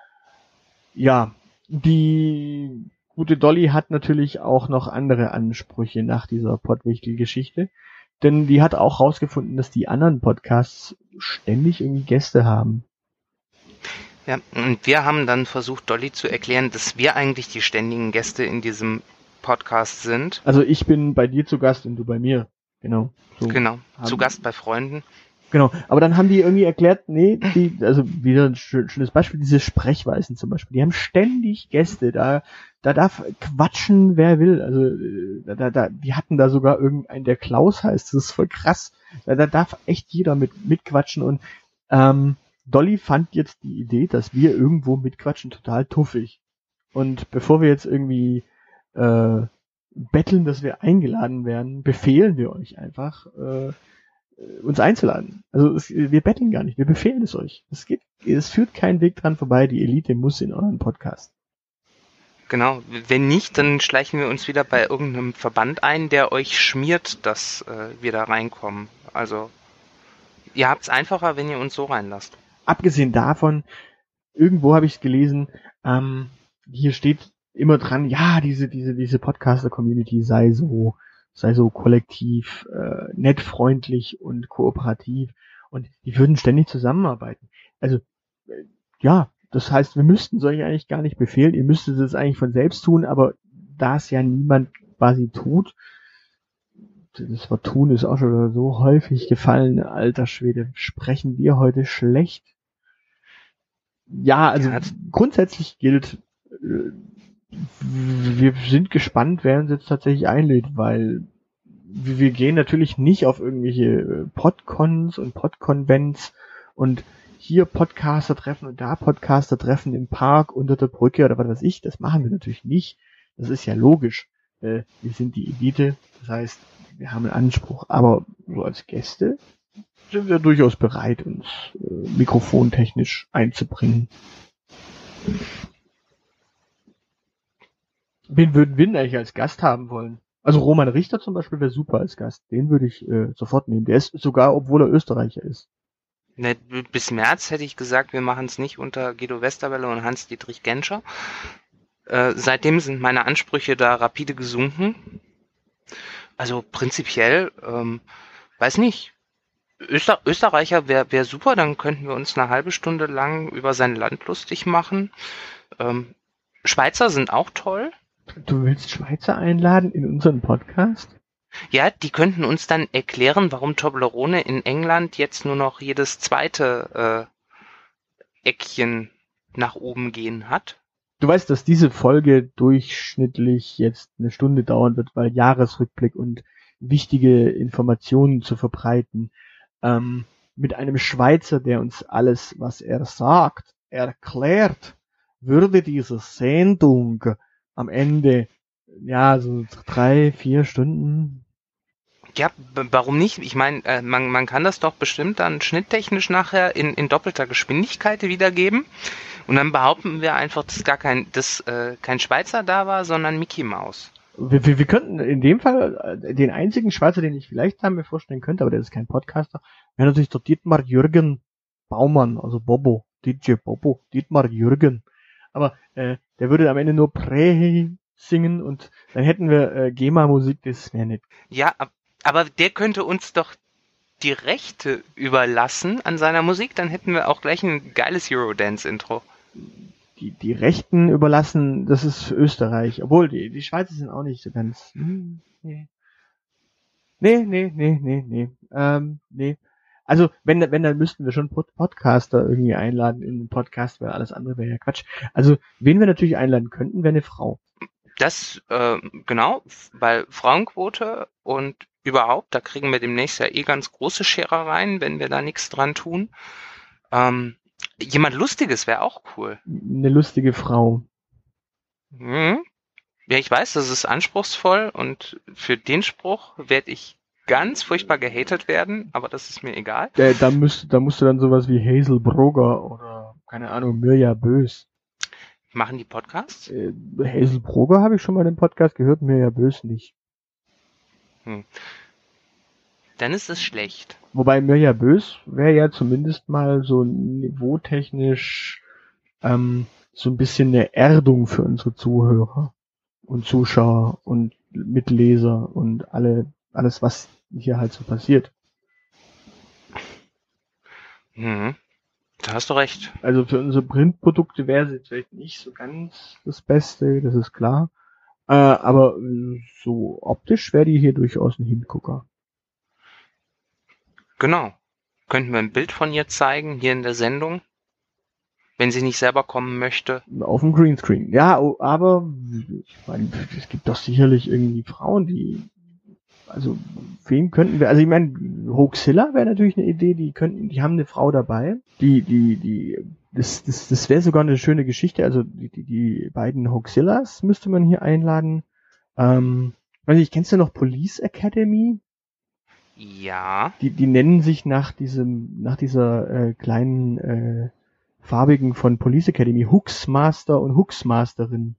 Ja, die gute Dolly hat natürlich auch noch andere Ansprüche nach dieser Pottwichtel-Geschichte. Denn die hat auch rausgefunden, dass die anderen Podcasts ständig irgendwie Gäste haben. Ja, und wir haben dann versucht, Dolly zu erklären, dass wir eigentlich die ständigen Gäste in diesem Podcast sind. Also ich bin bei dir zu Gast und du bei mir. Genau. So Genau, zu Gast bei Freunden. Genau, aber dann haben die irgendwie erklärt, nee, also wieder ein schönes Beispiel, diese Sprechweisen zum Beispiel, die haben ständig Gäste, da darf quatschen, wer will, also die hatten da sogar irgendeinen, der Klaus heißt, das ist voll krass, da darf echt jeder mitquatschen und Dolly fand jetzt die Idee, dass wir irgendwo mitquatschen, total tuffig. Und bevor wir jetzt irgendwie betteln, dass wir eingeladen werden, befehlen wir euch einfach, uns einzuladen. Also wir betteln gar nicht, wir befehlen es euch. Es führt kein Weg dran vorbei, die Elite muss in euren Podcast. Genau, wenn nicht, dann schleichen wir uns wieder bei irgendeinem Verband ein, der euch schmiert, dass wir da reinkommen. Also Ihr habt's einfacher, wenn ihr uns so reinlasst. Abgesehen davon, irgendwo habe ich es gelesen, hier steht immer dran, ja, diese Podcaster-Community sei so kollektiv, nett, freundlich und kooperativ und die würden ständig zusammenarbeiten. Also, ja, das heißt, wir müssten es euch eigentlich gar nicht befehlen, ihr müsstet es eigentlich von selbst tun, aber da es ja niemand quasi tut, das Wort tun ist auch schon so häufig gefallen, alter Schwede, sprechen wir heute schlecht. Ja, also grundsätzlich gilt, wir sind gespannt, wer uns jetzt tatsächlich einlädt, weil wir gehen natürlich nicht auf irgendwelche Podcons und Podconvents und hier Podcaster treffen und da Podcaster treffen im Park unter der Brücke oder was weiß ich, das machen wir natürlich nicht. Das ist ja logisch. Wir sind die Elite, das heißt, wir haben einen Anspruch, aber so als Gäste sind wir durchaus bereit, uns mikrofontechnisch einzubringen. Wen würden wir denn eigentlich als Gast haben wollen? Also Roman Richter zum Beispiel wäre super als Gast. Den würde ich sofort nehmen. Der ist sogar, obwohl er Österreicher ist. Ne, bis März hätte ich gesagt, wir machen es nicht unter Guido Westerwelle und Hans-Dietrich Genscher. Seitdem sind meine Ansprüche da rapide gesunken. Also prinzipiell, weiß nicht. Österreicher wäre super, dann könnten wir uns eine halbe Stunde lang über sein Land lustig machen. Schweizer sind auch toll. Du willst Schweizer einladen in unseren Podcast? Ja, die könnten uns dann erklären, warum Toblerone in England jetzt nur noch jedes zweite Eckchen nach oben gehen hat. Du weißt, dass diese Folge durchschnittlich jetzt eine Stunde dauern wird, weil Jahresrückblick und wichtige Informationen zu verbreiten. Mit einem Schweizer, der uns alles, was er sagt, erklärt, würde diese Sendung am Ende, ja, so 3-4 Stunden. Ja, warum nicht? Ich meine, man kann das doch bestimmt dann schnitttechnisch nachher in doppelter Geschwindigkeit wiedergeben. Und dann behaupten wir einfach, dass kein Schweizer da war, sondern Mickey Mouse. Wir könnten in dem Fall den einzigen Schweizer, den ich vielleicht mir vorstellen könnte, aber der ist kein Podcaster, wäre natürlich der Dietmar Jürgen Baumann, also Bobo, DJ Bobo, Dietmar Jürgen. Aber der würde am Ende nur Prä singen und dann hätten wir GEMA-Musik, das wäre nicht. Ja, aber der könnte uns doch die Rechte überlassen an seiner Musik, dann hätten wir auch gleich ein geiles Eurodance-Intro. Die Rechten überlassen, das ist für Österreich. Obwohl, die Schweizer sind auch nicht so ganz... Nee. Also, wenn, dann müssten wir schon Podcaster irgendwie einladen in den Podcast, weil alles andere wäre ja Quatsch. Also, wen wir natürlich einladen könnten, wäre eine Frau. Das, genau, weil Frauenquote und überhaupt, da kriegen wir demnächst ja ganz große Scherereien, wenn wir da nichts dran tun. Jemand Lustiges wäre auch cool. Eine lustige Frau. Ja, ich weiß, das ist anspruchsvoll und für den Spruch werde ich ganz furchtbar gehatet werden, aber das ist mir egal. Da musst du dann sowas wie Hazel Brugger oder, keine Ahnung, Mirja Bös. Machen die Podcasts? Hazel Brugger habe ich schon mal im Podcast gehört, Mirja Bös nicht. Dann ist es schlecht. Wobei Mirja Bös wäre ja zumindest mal so niveautechnisch so ein bisschen eine Erdung für unsere Zuhörer und Zuschauer und Mitleser und alles, was hier halt so passiert. Da hast du recht. Also für unsere Printprodukte wäre sie jetzt vielleicht nicht so ganz das Beste, das ist klar. Aber so optisch wäre die hier durchaus ein Hingucker. Genau. Könnten wir ein Bild von ihr zeigen, hier in der Sendung? Wenn sie nicht selber kommen möchte. Auf dem Greenscreen. Ja, aber ich meine, es gibt doch sicherlich irgendwie Frauen, die... Also, wen könnten wir... Also ich meine, Hoaxilla wäre natürlich eine Idee, die haben eine Frau dabei. Das wäre sogar eine schöne Geschichte. Also die beiden Hoaxillas müsste man hier einladen. Weiß ich, kennst du noch Police Academy? Ja. Die nennen sich nach dieser kleinen farbigen von Police Academy Hooksmaster und Hooksmasterin.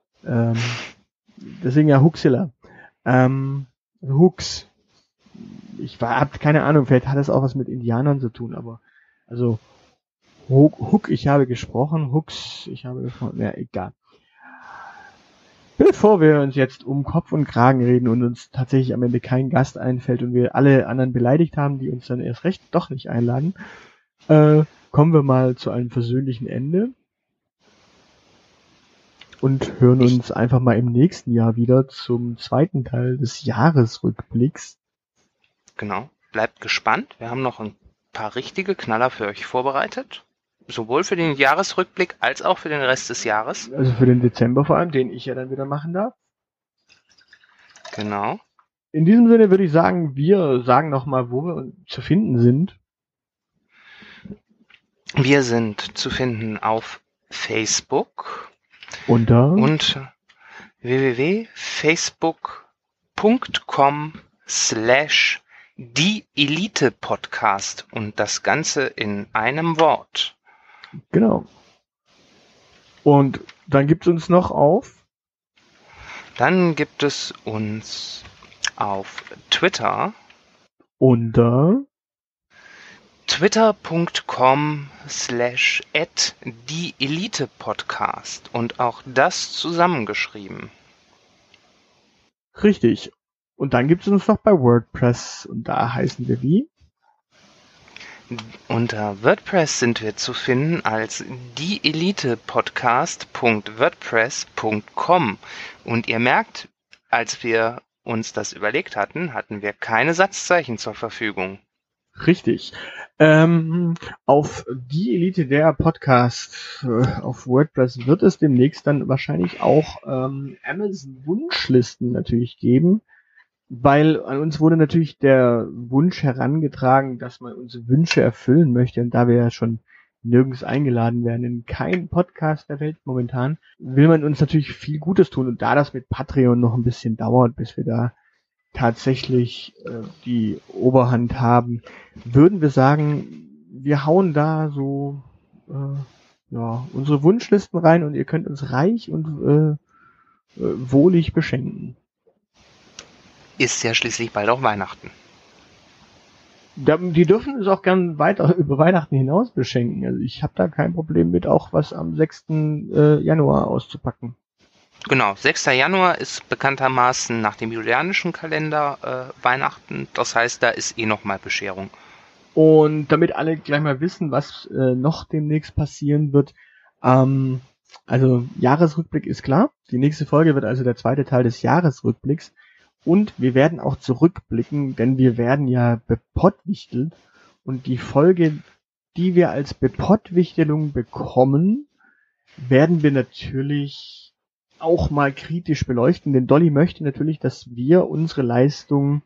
Deswegen ja Hoaxilla. Hooks. hab keine Ahnung, vielleicht hat das auch was mit Indianern zu tun, aber also Hook, ich habe gesprochen, Hooks, ich habe gesprochen, ja, egal. Bevor wir uns jetzt um Kopf und Kragen reden und uns tatsächlich am Ende kein Gast einfällt und wir alle anderen beleidigt haben, die uns dann erst recht doch nicht einladen, kommen wir mal zu einem versöhnlichen Ende und hören uns einfach mal im nächsten Jahr wieder zum zweiten Teil des Jahresrückblicks. Genau. Bleibt gespannt. Wir haben noch ein paar richtige Knaller für euch vorbereitet. Sowohl für den Jahresrückblick als auch für den Rest des Jahres. Also für den Dezember vor allem, den ich ja dann wieder machen darf. Genau. In diesem Sinne würde ich sagen, wir sagen nochmal, wo wir zu finden sind. Wir sind zu finden auf Facebook Unter und www.facebook.com/die-Elite-Podcast und das Ganze in einem Wort. Genau. Und dann gibt es uns noch auf Dann gibt es uns auf Twitter unter twitter.com/die-Elite-Podcast und auch das zusammengeschrieben. richtig. Und dann gibt es uns noch bei WordPress und da heißen wir wie? Unter WordPress sind wir zu finden als dieelitepodcast.wordpress.com. Und ihr merkt, als wir uns das überlegt hatten, hatten wir keine Satzzeichen zur Verfügung. Richtig. Auf die Elite der Podcast auf WordPress wird es demnächst dann wahrscheinlich auch Amazon Wunschlisten natürlich geben. Weil an uns wurde natürlich der Wunsch herangetragen, dass man unsere Wünsche erfüllen möchte. Und da wir ja schon nirgends eingeladen werden, in keinem Podcast der Welt momentan, will man uns natürlich viel Gutes tun. Und da das mit Patreon noch ein bisschen dauert, bis wir da tatsächlich die Oberhand haben, würden wir sagen, wir hauen da so unsere Wunschlisten rein und ihr könnt uns reich und wohlig beschenken. Ist ja schließlich bald auch Weihnachten. Die dürfen uns auch gern weiter über Weihnachten hinaus beschenken. Also ich habe da kein Problem mit, auch was am 6. Januar auszupacken. Genau, 6. Januar ist bekanntermaßen nach dem julianischen Kalender Weihnachten. Das heißt, da ist nochmal Bescherung. Und damit alle gleich mal wissen, was noch demnächst passieren wird, also Jahresrückblick ist klar. Die nächste Folge wird also der zweite Teil des Jahresrückblicks. Und wir werden auch zurückblicken, denn wir werden ja bepottwichtelt. Und die Folge, die wir als Bepottwichtelung bekommen, werden wir natürlich auch mal kritisch beleuchten. Denn Dolly möchte natürlich, dass wir unsere Leistung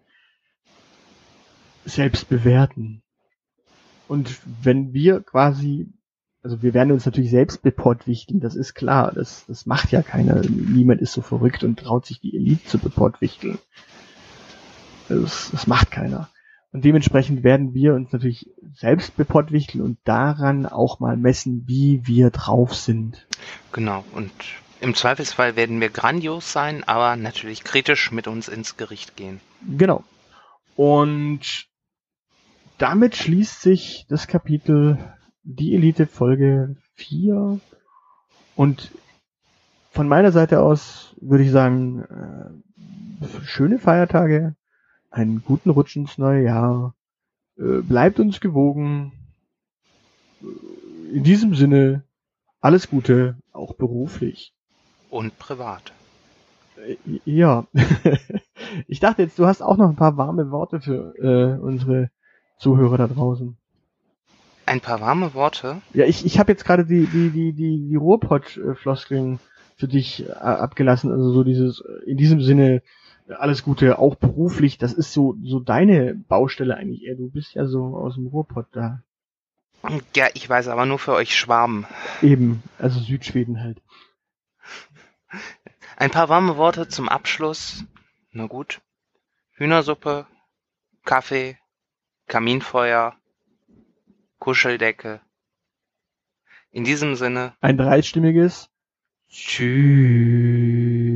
selbst bewerten. Und wenn wir quasi, also wir werden uns natürlich selbst bepottwichteln, das ist klar, das macht ja keiner. Niemand ist so verrückt und traut sich die Elite zu bepottwichteln. Das macht keiner. Und dementsprechend werden wir uns natürlich selbst bepottwichteln und daran auch mal messen, wie wir drauf sind. Genau, und im Zweifelsfall werden wir grandios sein, aber natürlich kritisch mit uns ins Gericht gehen. Genau. Und damit schließt sich das Kapitel Die Elite Folge 4 und von meiner Seite aus würde ich sagen, schöne Feiertage, einen guten Rutsch ins neue Jahr, bleibt uns gewogen, in diesem Sinne alles Gute, auch beruflich. Und privat. Ja, ich dachte jetzt, du hast auch noch ein paar warme Worte für unsere Zuhörer da draußen. Ein paar warme Worte? Ja, ich habe jetzt gerade die Ruhrpott-Floskeln für dich abgelassen, also so dieses, in diesem Sinne, alles Gute, auch beruflich, das ist so deine Baustelle eigentlich eher, du bist ja so aus dem Ruhrpott da. Ja, ich weiß, aber nur für euch Schwaben. Eben, also Südschweden halt. Ein paar warme Worte zum Abschluss. Na gut. Hühnersuppe, Kaffee, Kaminfeuer, Kuscheldecke. In diesem Sinne. Ein dreistimmiges Tschüss.